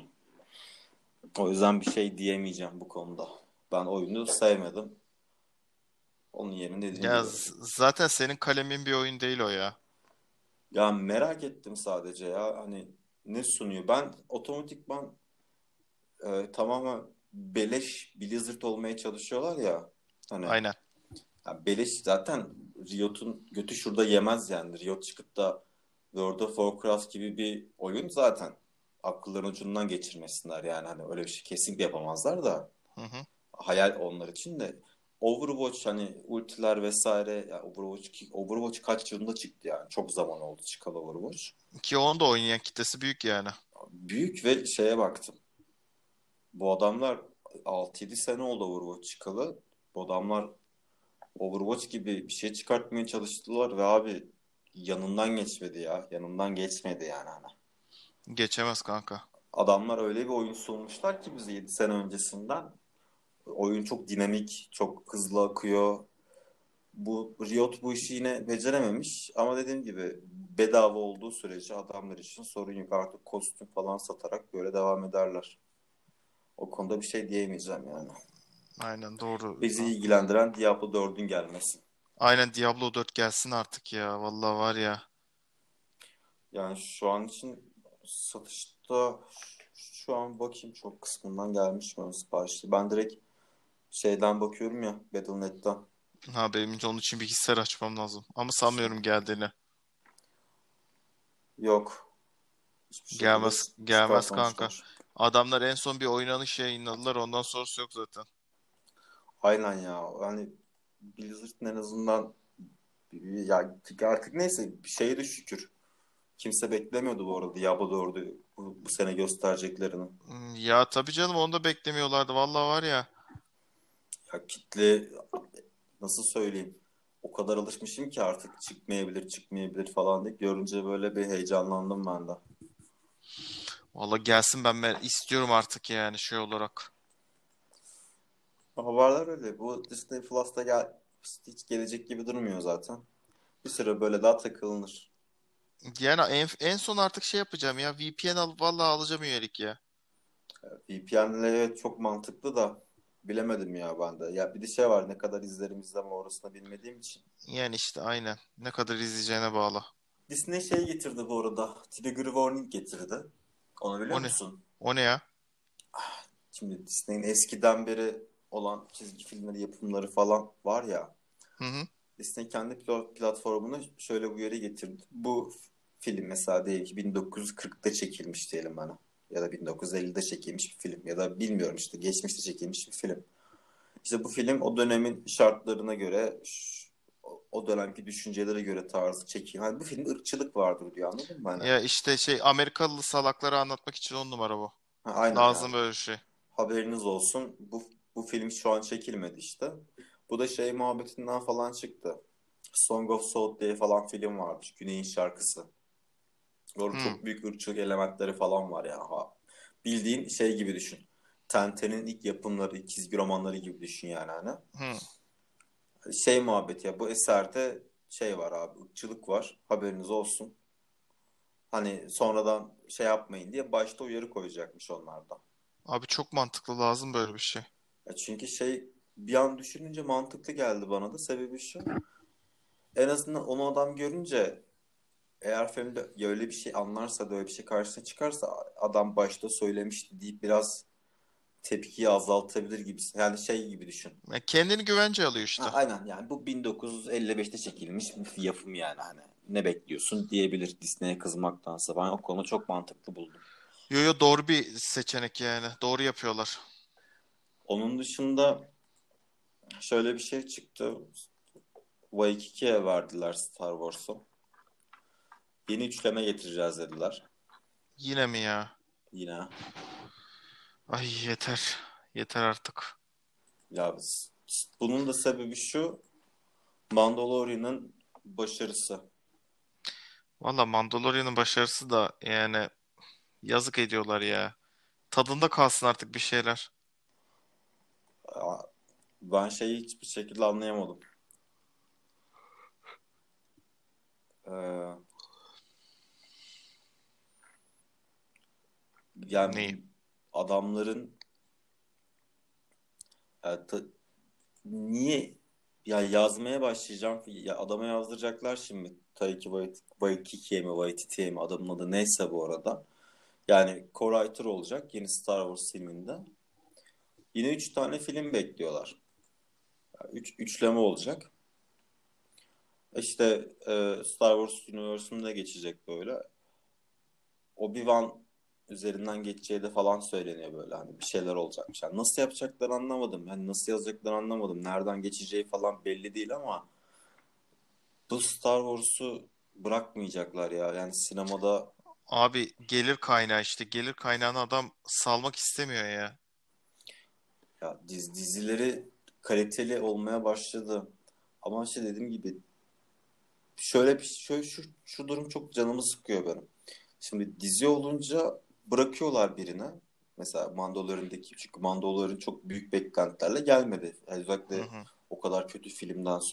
O yüzden bir şey diyemeyeceğim bu konuda. Ben oyunu sevmedim. Onun yerine dediğim Ya gibi. z- zaten senin kalemin bir oyun değil o ya. Ya merak ettim sadece ya hani ne sunuyor. Ben otomatikman e, tamamen beleş Blizzard olmaya çalışıyorlar ya. Hani Aynen. ya beleş zaten, Riot'un götü şurada yemez yani. Riot çıkıp da World of Warcraft gibi bir oyun zaten akılların ucundan geçirmesinler yani. Hani öyle bir şey kesinlikle yapamazlar da. Hı hı. Hayal onlar için de. Overwatch hani ultiler vesaire ya, Overwatch Overwatch kaç yılında çıktı yani. Çok zaman oldu çıkalı Overwatch. Ki onu da oynayan kitlesi büyük yani. Büyük ve şeye baktım. Bu adamlar altı yedi sene oldu Overwatch çıkalı. Bu adamlar Overwatch gibi bir şey çıkartmaya çalıştılar ve abi yanından geçmedi ya. Yanından geçmedi yani hani. Geçemez kanka. Adamlar öyle bir oyun sunmuşlar ki bize yedi sene öncesinden. Oyun çok dinamik, çok hızlı akıyor. Bu Riot bu işi yine becerememiş ama dediğim gibi bedava olduğu sürece adamlar için sorun yok. Artık kostüm falan satarak böyle devam ederler. O konuda bir şey diyemeyeceğim yani. Aynen doğru. Bizi ilgilendiren Diablo dördün gelmesi. Aynen Diablo dört gelsin artık ya. Vallahi var ya. Yani şu an için satışta şu an bakayım çok kısmından gelmiş mi siparişli. Ben direkt şeyden bakıyorum ya battle nokta net'ten. Ha benim onun için bilgisayar açmam lazım. Ama Şimdi sanmıyorum geldiğini. yok. Hiçbir şekilde Gelmez ç- gelmez kanka. çıkartmamışlar. Adamlar en son bir oynanış yayınladılar. Ondan sonrası yok zaten. Aynen ya. Hani Blizzard'ın en azından ya artık neyse bir şeye de şükür. Kimse beklemiyordu bu arada Diablo dördü bu, bu sene göstereceklerini. Hmm, ya tabii canım onu da beklemiyorlardı. Vallahi var ya. Ya kitle nasıl söyleyeyim? O kadar alışmışım ki artık çıkmayabilir, çıkmayabilir falan diye görünce böyle bir heyecanlandım ben de. Vallahi gelsin ben mer- istiyorum artık yani şey olarak. Haberler öyle. Bu Disney Plus'ta gel hiç gelecek gibi durmuyor zaten. Bir süre böyle daha takılınır. Yani en, en son artık şey yapacağım ya. V P N alıp vallahi alacağım üyelik ya. V P N'le evet çok mantıklı da bilemedim ya ben de. Ya bir de şey var ne kadar izlerim izleme orasını bilmediğim için. Yani işte aynen. Ne kadar izleyeceğine bağlı. Disney şey getirdi bu arada. Trigger warning getirdi. Onu biliyor O ne? musun? O ne ya? Şimdi Disney'in eskiden beri olan çizgi filmleri yapımları falan var ya. Hı hı. Disney kendi pl- platformuna şöyle bir uyarı getirdi. Bu film mesela diyelim ki bin dokuz yüz kırkta çekilmiş diyelim bana. Ya da bin dokuz yüz ellide çekilmiş bir film. Ya da bilmiyorum işte geçmişte çekilmiş bir film. İşte bu film o dönemin şartlarına göre ş- o dönemki düşüncelere göre tarzı çekiyor. Hani bu film ırkçılık vardır diyor anladın mı hani? Ya işte şey Amerikalı salakları anlatmak için on numara bu. Ha, aynen Lazım yani. böyle bir şey. Haberiniz olsun. Bu, bu film şu an çekilmedi işte. Bu da şey muhabbetinden falan çıktı. Song of South diye falan film varmış. Güney'in şarkısı. Orada Hı çok büyük ırkçılık elementleri falan var ya. Ha. Bildiğin şey gibi düşün. Tenten'in ilk yapımları, ilk çizgi romanları gibi düşün yani hani. hı. Şey muhabbeti ya bu eserde şey var abi ırkçılık var haberiniz olsun. Hani sonradan şey yapmayın diye başta uyarı koyacakmış onlarda. Abi çok mantıklı lazım böyle bir şey. Ya çünkü şey bir an düşününce mantıklı geldi bana da sebebi şu. En azından onu adam görünce eğer filmde ya öyle bir şey anlarsa da öyle bir şey karşısına çıkarsa adam başta söylemişti deyip biraz tepkiyi azaltabilir gibi. Yani şey gibi düşün. Ya kendini güvence alıyor Ha, işte. aynen yani bu bin dokuz yüz elli beşte çekilmiş bir yapım yani hani ne bekliyorsun diyebilir Disney'e kızmaktansa. Ben o konu çok mantıklı buldum. Yo yo doğru bir seçenek yani. Doğru yapıyorlar. Onun dışında şöyle bir şey çıktı. Waikiki'ye verdiler Star Wars'u. Yeni üçleme getireceğiz dediler. Yine mi ya? Yine. Ay yeter. Yeter artık. Ya biz- bunun da sebebi şu. Mandalorian'ın başarısı. Valla Mandalorian'ın başarısı da yani yazık ediyorlar ya. Tadında kalsın artık bir şeyler. Aa, ben şeyi hiçbir şekilde anlayamadım. Ee, Neyi? yani adamların ya ta- niye ya yazmaya başlayacağım ya adama yazdıracaklar şimdi Taiki Wait- Waititi'ye mi Waititi'ye mi adamın adı neyse bu arada. Yani co-writer olacak yeni Star Wars filminde. Yine üç tane film bekliyorlar. Yani üç, üçleme olacak. İşte e, Star Wars Universe'unda geçecek böyle. Obi-Wan üzerinden geçeceği de falan söyleniyor böyle hani bir şeyler olacakmış. Yani nasıl yapacaklar anlamadım. Yani nasıl yazacaklar anlamadım. Nereden geçeceği falan belli değil ama bu Star Wars'u bırakmayacaklar ya. Yani sinemada Abi gelir kaynağı işte. Gelir kaynağını adam salmak istemiyor ya. ya diz, dizileri kaliteli olmaya başladı. Ama işte dediğim gibi şöyle bir şöyle şu, şu durum çok canımı sıkıyor benim. Şimdi dizi olunca bırakıyorlar birine. Mesela Mandalorian'daki çünkü Mandalorian çok büyük beklentilerle gelmedi. Hı Özellikle hı. o kadar kötü filmden sonra.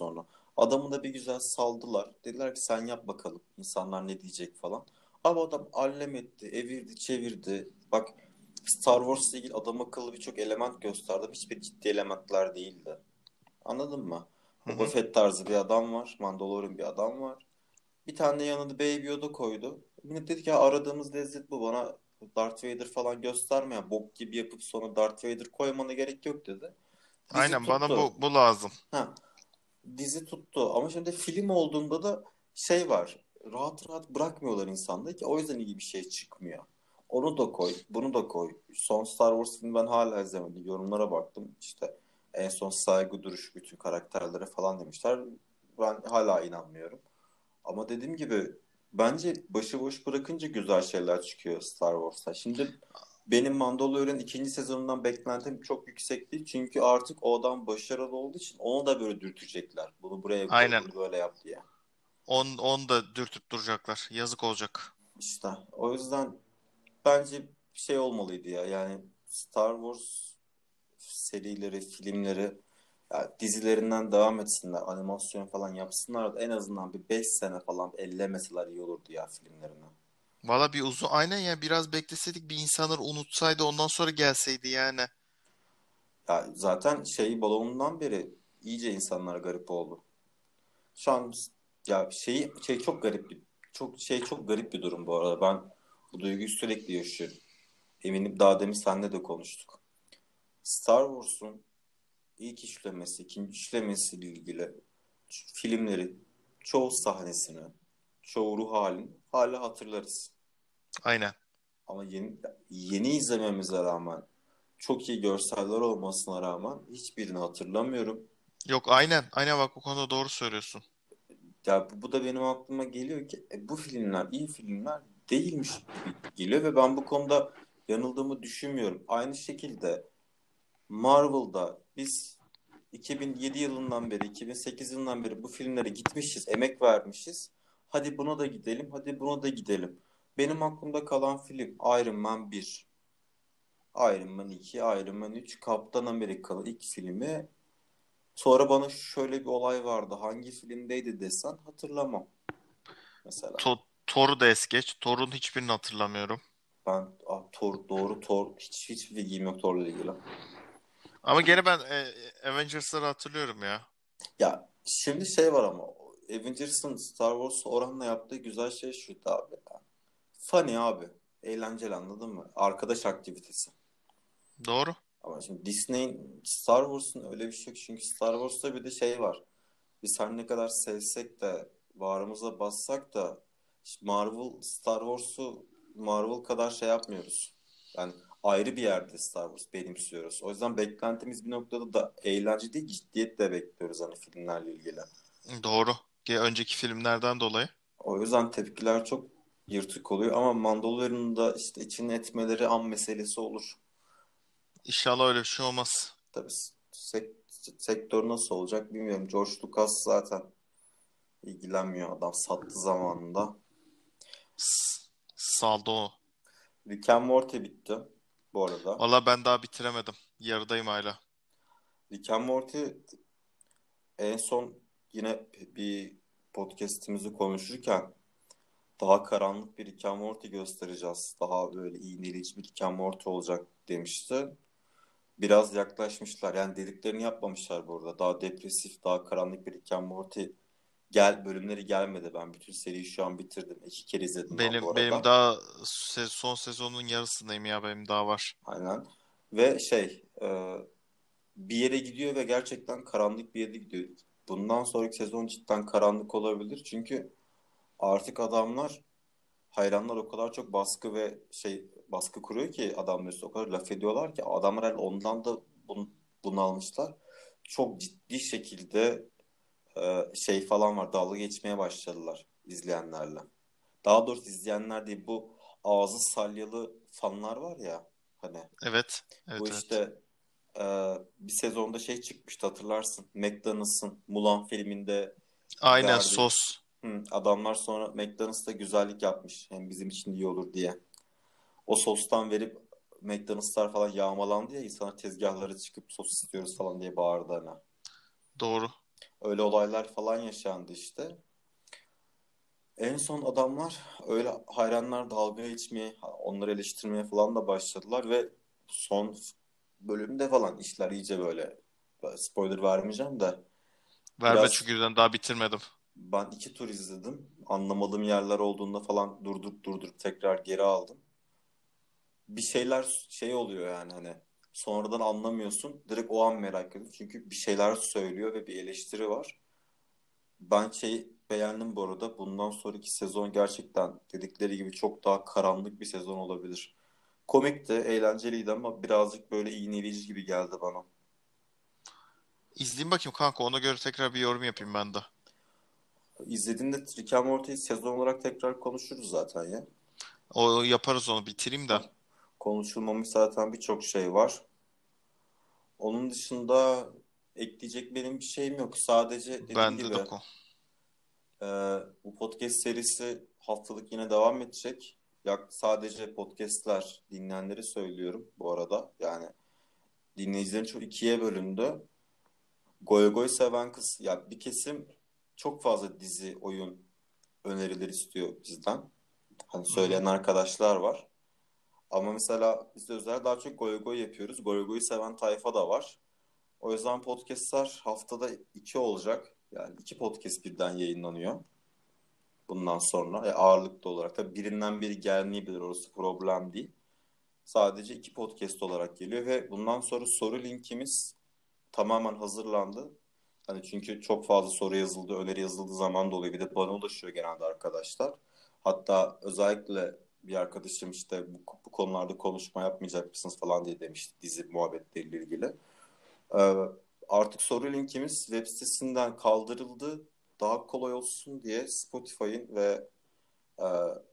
Adamı da bir güzel saldılar. Dediler ki sen yap bakalım insanlar ne diyecek falan. Ama adam allem etti, evirdi, çevirdi. Bak, Star Wars'la ilgili adam akıllı birçok element gösterdim. Hiçbir ciddi elementler değildi. Anladın mı? Hı Boba hı. Fett tarzı bir adam var. Mandalorian bir adam var. Bir tane de yanında Baby Yoda koydu. Millet dedi ki "Ya aradığımız lezzet bu, bana Darth Vader falan gösterme ya. Bok gibi yapıp sonra Darth Vader koymana gerek yok" dedi. Dizi Aynen, bana tuttu. bu bu lazım. Ha, dizi tuttu. Ama şimdi film olduğunda da şey var. Rahat rahat bırakmıyorlar insanları ki o yüzden iyi bir şey çıkmıyor. Onu da koy, bunu da koy. Son Star Wars filmi ben hala izlemedim. Yorumlara baktım. İşte en son saygı duruş bütün karakterlere falan demişler. Ben hala inanmıyorum. Ama dediğim gibi bence başıboş bırakınca güzel şeyler çıkıyor Star Wars'ta. Şimdi benim Mandalorian ikinci sezonundan beklentim çok yüksek değil. Çünkü artık o adam başarılı olduğu için onu da böyle dürtecekler. Bunu buraya koy, Aynen. bunu böyle yap diye. On, on da dürtüp duracaklar. Yazık olacak. İşte o yüzden bence bir şey olmalıydı ya. Yani Star Wars serileri, filmleri, ya dizilerinden devam etsinler. Animasyon falan yapsınlar da en azından bir beş sene falan ellemeseler iyi olurdu ya filmlerini. Valla bir uzun, aynen ya, biraz bekleseydik, bir insanlar unutsaydı ondan sonra gelseydi yani. Ya zaten şey balonundan beri iyice insanlar garip oldu. Şu an ya şey şey çok garip bir çok şey çok garip bir durum bu arada. Ben bu duyguyu sürekli yaşıyorum. Eminim daha demin seninle de konuştuk. Star Wars'un ilk işlemesi, ikinci işlemesiyle ilgili ç- filmleri çoğu sahnesini, çoğu ruh halini hala hatırlarız. Aynen. Ama yeni yeni izlememize rağmen çok iyi görseller olmasına rağmen hiçbirini hatırlamıyorum. Yok, aynen. Aynen, bak bu konuda doğru söylüyorsun. Ya bu, bu da benim aklıma geliyor ki e, bu filmler iyi filmler değilmiş gibi geliyor ve ben bu konuda yanıldığımı düşünmüyorum. Aynı şekilde Marvel'da biz iki bin yedi yılından beri, iki bin sekiz yılından beri bu filmlere gitmişiz, emek vermişiz. Hadi buna da gidelim, hadi buna da gidelim. Benim aklımda kalan film Iron Man bir, Iron Man iki, Iron Man üç, Kaptan Amerikalı ilk filmi. Sonra bana şöyle bir olay vardı. Hangi filmdeydi desen hatırlamam mesela. To Thor'u da es geç. Thor'un hiçbirini hatırlamıyorum. Ben ah, Thor, doğru Thor. Hiç, hiç bilgim yok Thor'la ilgili. Ama gene ben e, Avengers'ları hatırlıyorum ya. Ya şimdi şey var ama Avengers'ın Star Wars oranla yaptığı güzel şey şuydu abi. Funny abi. Eğlenceli, anladın mı? Arkadaş aktivitesi. Doğru. Ama şimdi Disney'in Star Wars'un öyle bir şey yok. Çünkü Star Wars'ta bir de şey var. Biz her ne kadar sevsek de bağrımıza bassak da Marvel Star Wars'u Marvel kadar şey yapmıyoruz. Yani ayrı bir yerde Star Wars benimsiyoruz. O yüzden beklentimiz bir noktada da eğlence değil, ciddiyet de bekliyoruz hani filmlerle ilgili. Doğru. Ge- Önceki filmlerden dolayı. O yüzden tepkiler çok yırtık oluyor ama Mandalorian'ın da işte içine etmeleri an meselesi olur. İnşallah öyle bir şey olmaz. Tabii sek- sektör nasıl olacak bilmiyorum. George Lucas zaten ilgilenmiyor, adam sattı zamanında. S saldı o. Rick and Morty bitti bu arada. Valla ben daha bitiremedim. Yarıdayım hala. Rick and Morty en son yine bir podcast'imizi konuşurken daha karanlık bir Rick and Morty göstereceğiz. Daha böyle iğneleyici bir Rick and Morty olacak demişti. Biraz yaklaşmışlar. Yani dediklerini yapmamışlar bu arada. Daha depresif, daha karanlık bir Rick and Morty gel bölümleri gelmedi. Ben bütün seriyi şu an bitirdim. İki kere izledim ben bu Benim benim arada. daha se- son sezonun yarısındayım ya, benim daha var. Aynen. Ve şey e, bir yere gidiyor ve gerçekten karanlık bir yere gidiyor. Bundan sonraki sezon cidden karanlık olabilir. Çünkü artık adamlar, hayranlar o kadar çok baskı ve şey baskı kuruyor ki adamlar üstüne o kadar laf ediyorlar ki adamlar herhalde ondan da bun, bunalmışlar. Çok ciddi şekilde e, şey falan var, dalga geçmeye başladılar izleyenlerle. Daha doğrusu izleyenler değil, bu ağzı salyalı fanlar var ya hani, Evet. bu Evet, evet. işte e, bir sezonda şey çıkmıştı hatırlarsın. McDonald's'ın Mulan filminde Aynen, verdiği. sos. Hı, adamlar sonra McDonald's'ta güzellik yapmış. Hem bizim için iyi olur diye. O sostan verip McDonald's'lar falan yağmalandı ya, insanlar tezgahlara çıkıp sos istiyoruz falan diye bağırdı hani. Doğru. Öyle olaylar falan yaşandı işte. En son adamlar öyle hayranlar dalga geçmeye, onları eleştirmeye falan da başladılar ve son bölümde falan işler iyice böyle, spoiler vermeyeceğim de, Verme biraz, çünkü ben daha bitirmedim. ben iki tur izledim. Anlamadığım yerler olduğunda falan durdurup durdurup tekrar geri aldım. Bir şeyler şey oluyor yani, hani sonradan anlamıyorsun. Direkt o an merak ediyorsun. Çünkü bir şeyler söylüyor ve bir eleştiri var. Ben şey beğendim bu arada. Bundan sonraki sezon gerçekten dedikleri gibi çok daha karanlık bir sezon olabilir. Komikti, eğlenceliydi ama birazcık böyle iğneleyici gibi geldi bana. İzleyeyim bakayım kanka, ona göre tekrar bir yorum yapayım ben de. İzlediğinde Rick and Morty'yi sezon olarak tekrar konuşuruz zaten ya. O yaparız, onu bitireyim de. Ha, konuşulmamış zaten birçok şey var. Onun dışında ekleyecek benim bir şeyim yok. Sadece dediğim Bende de gibi, ko. e, bu podcast serisi haftalık yine devam edecek. Ya sadece podcastler dinleyenleri söylüyorum bu arada. Yani dinleyicilerin çok ikiye bölündü. Goy goy seven kız, ya bir kesim çok fazla dizi, oyun önerileri istiyor bizden. Hani Hı hı. söyleyen arkadaşlar var. Ama mesela biz de özel daha çok goy goy yapıyoruz. Goy goyu seven tayfa da var. O yüzden podcastlar haftada iki olacak. Yani iki podcast birden yayınlanıyor bundan sonra. E, ağırlıklı olarak. Tabii birinden biri gelmeyebilir, orası problem değil. Sadece iki podcast olarak geliyor ve bundan sonra soru linkimiz tamamen hazırlandı. Hani çünkü çok fazla soru yazıldı, öneri yazıldığı zaman da oluyor. Bir de bana ulaşıyor genelde arkadaşlar. Hatta özellikle bir arkadaşım işte bu, bu konularda konuşma yapmayacak mısınız falan diye demişti, dizi muhabbetleriyle ilgili. Ee, Artık soru linkimiz web sitesinden kaldırıldı. Daha kolay olsun diye Spotify'ın ve e,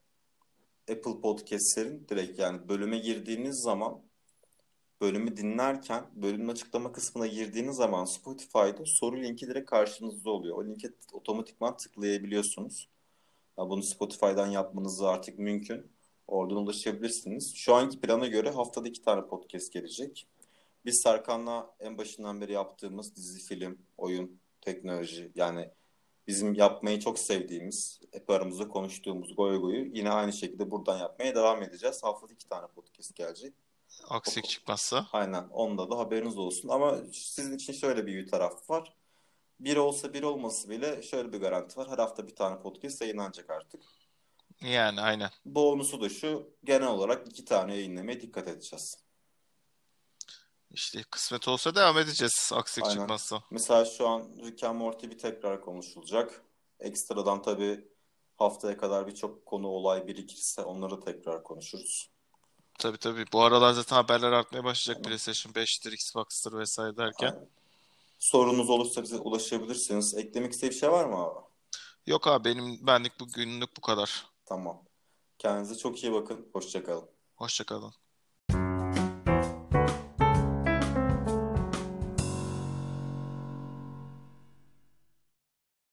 Apple Podcast'lerin direkt, yani bölüme girdiğiniz zaman, bölümü dinlerken bölümün açıklama kısmına girdiğiniz zaman Spotify'da soru linki direkt karşınızda oluyor. O linke otomatikman tıklayabiliyorsunuz. Ya bunu Spotify'dan yapmanız artık mümkün. Oradan ulaşabilirsiniz. Şu anki plana göre haftada iki tane podcast gelecek. Biz Serkan'la en başından beri yaptığımız dizi, film, oyun, teknoloji, yani bizim yapmayı çok sevdiğimiz, hep aramızda konuştuğumuz goy goyu yine aynı şekilde buradan yapmaya devam edeceğiz. Haftada iki tane podcast gelecek. Aksilik O, çıkmazsa. aynen, onda da haberiniz olsun. Ama sizin için şöyle bir taraf var. Bir olsa bir olması bile şöyle bir garanti var. Her hafta bir tane podcast yayınlanacak artık. Yani aynen. Bonusu da şu: genel olarak iki tane yayınlamaya dikkat edeceğiz. İşte kısmet olsa devam edeceğiz, aksilik Aynen. çıkmazsa. Mesela şu an Rick and Morty bir tekrar konuşulacak. Ekstradan tabii haftaya kadar birçok konu, olay birikirse onları tekrar konuşuruz. Tabii tabii. Bu aralar zaten haberler artmaya başlayacak. Aynen. PlayStation beştir, Xbox'tır vesaire derken. Aynen. Sorunuz olursa bize ulaşabilirsiniz. Eklemek istediği bir şey var mı abi? Yok abi, benim benlik bugünlük bu kadar. Tamam. Kendinize çok iyi bakın. Hoşça kalın. Hoşça kalın.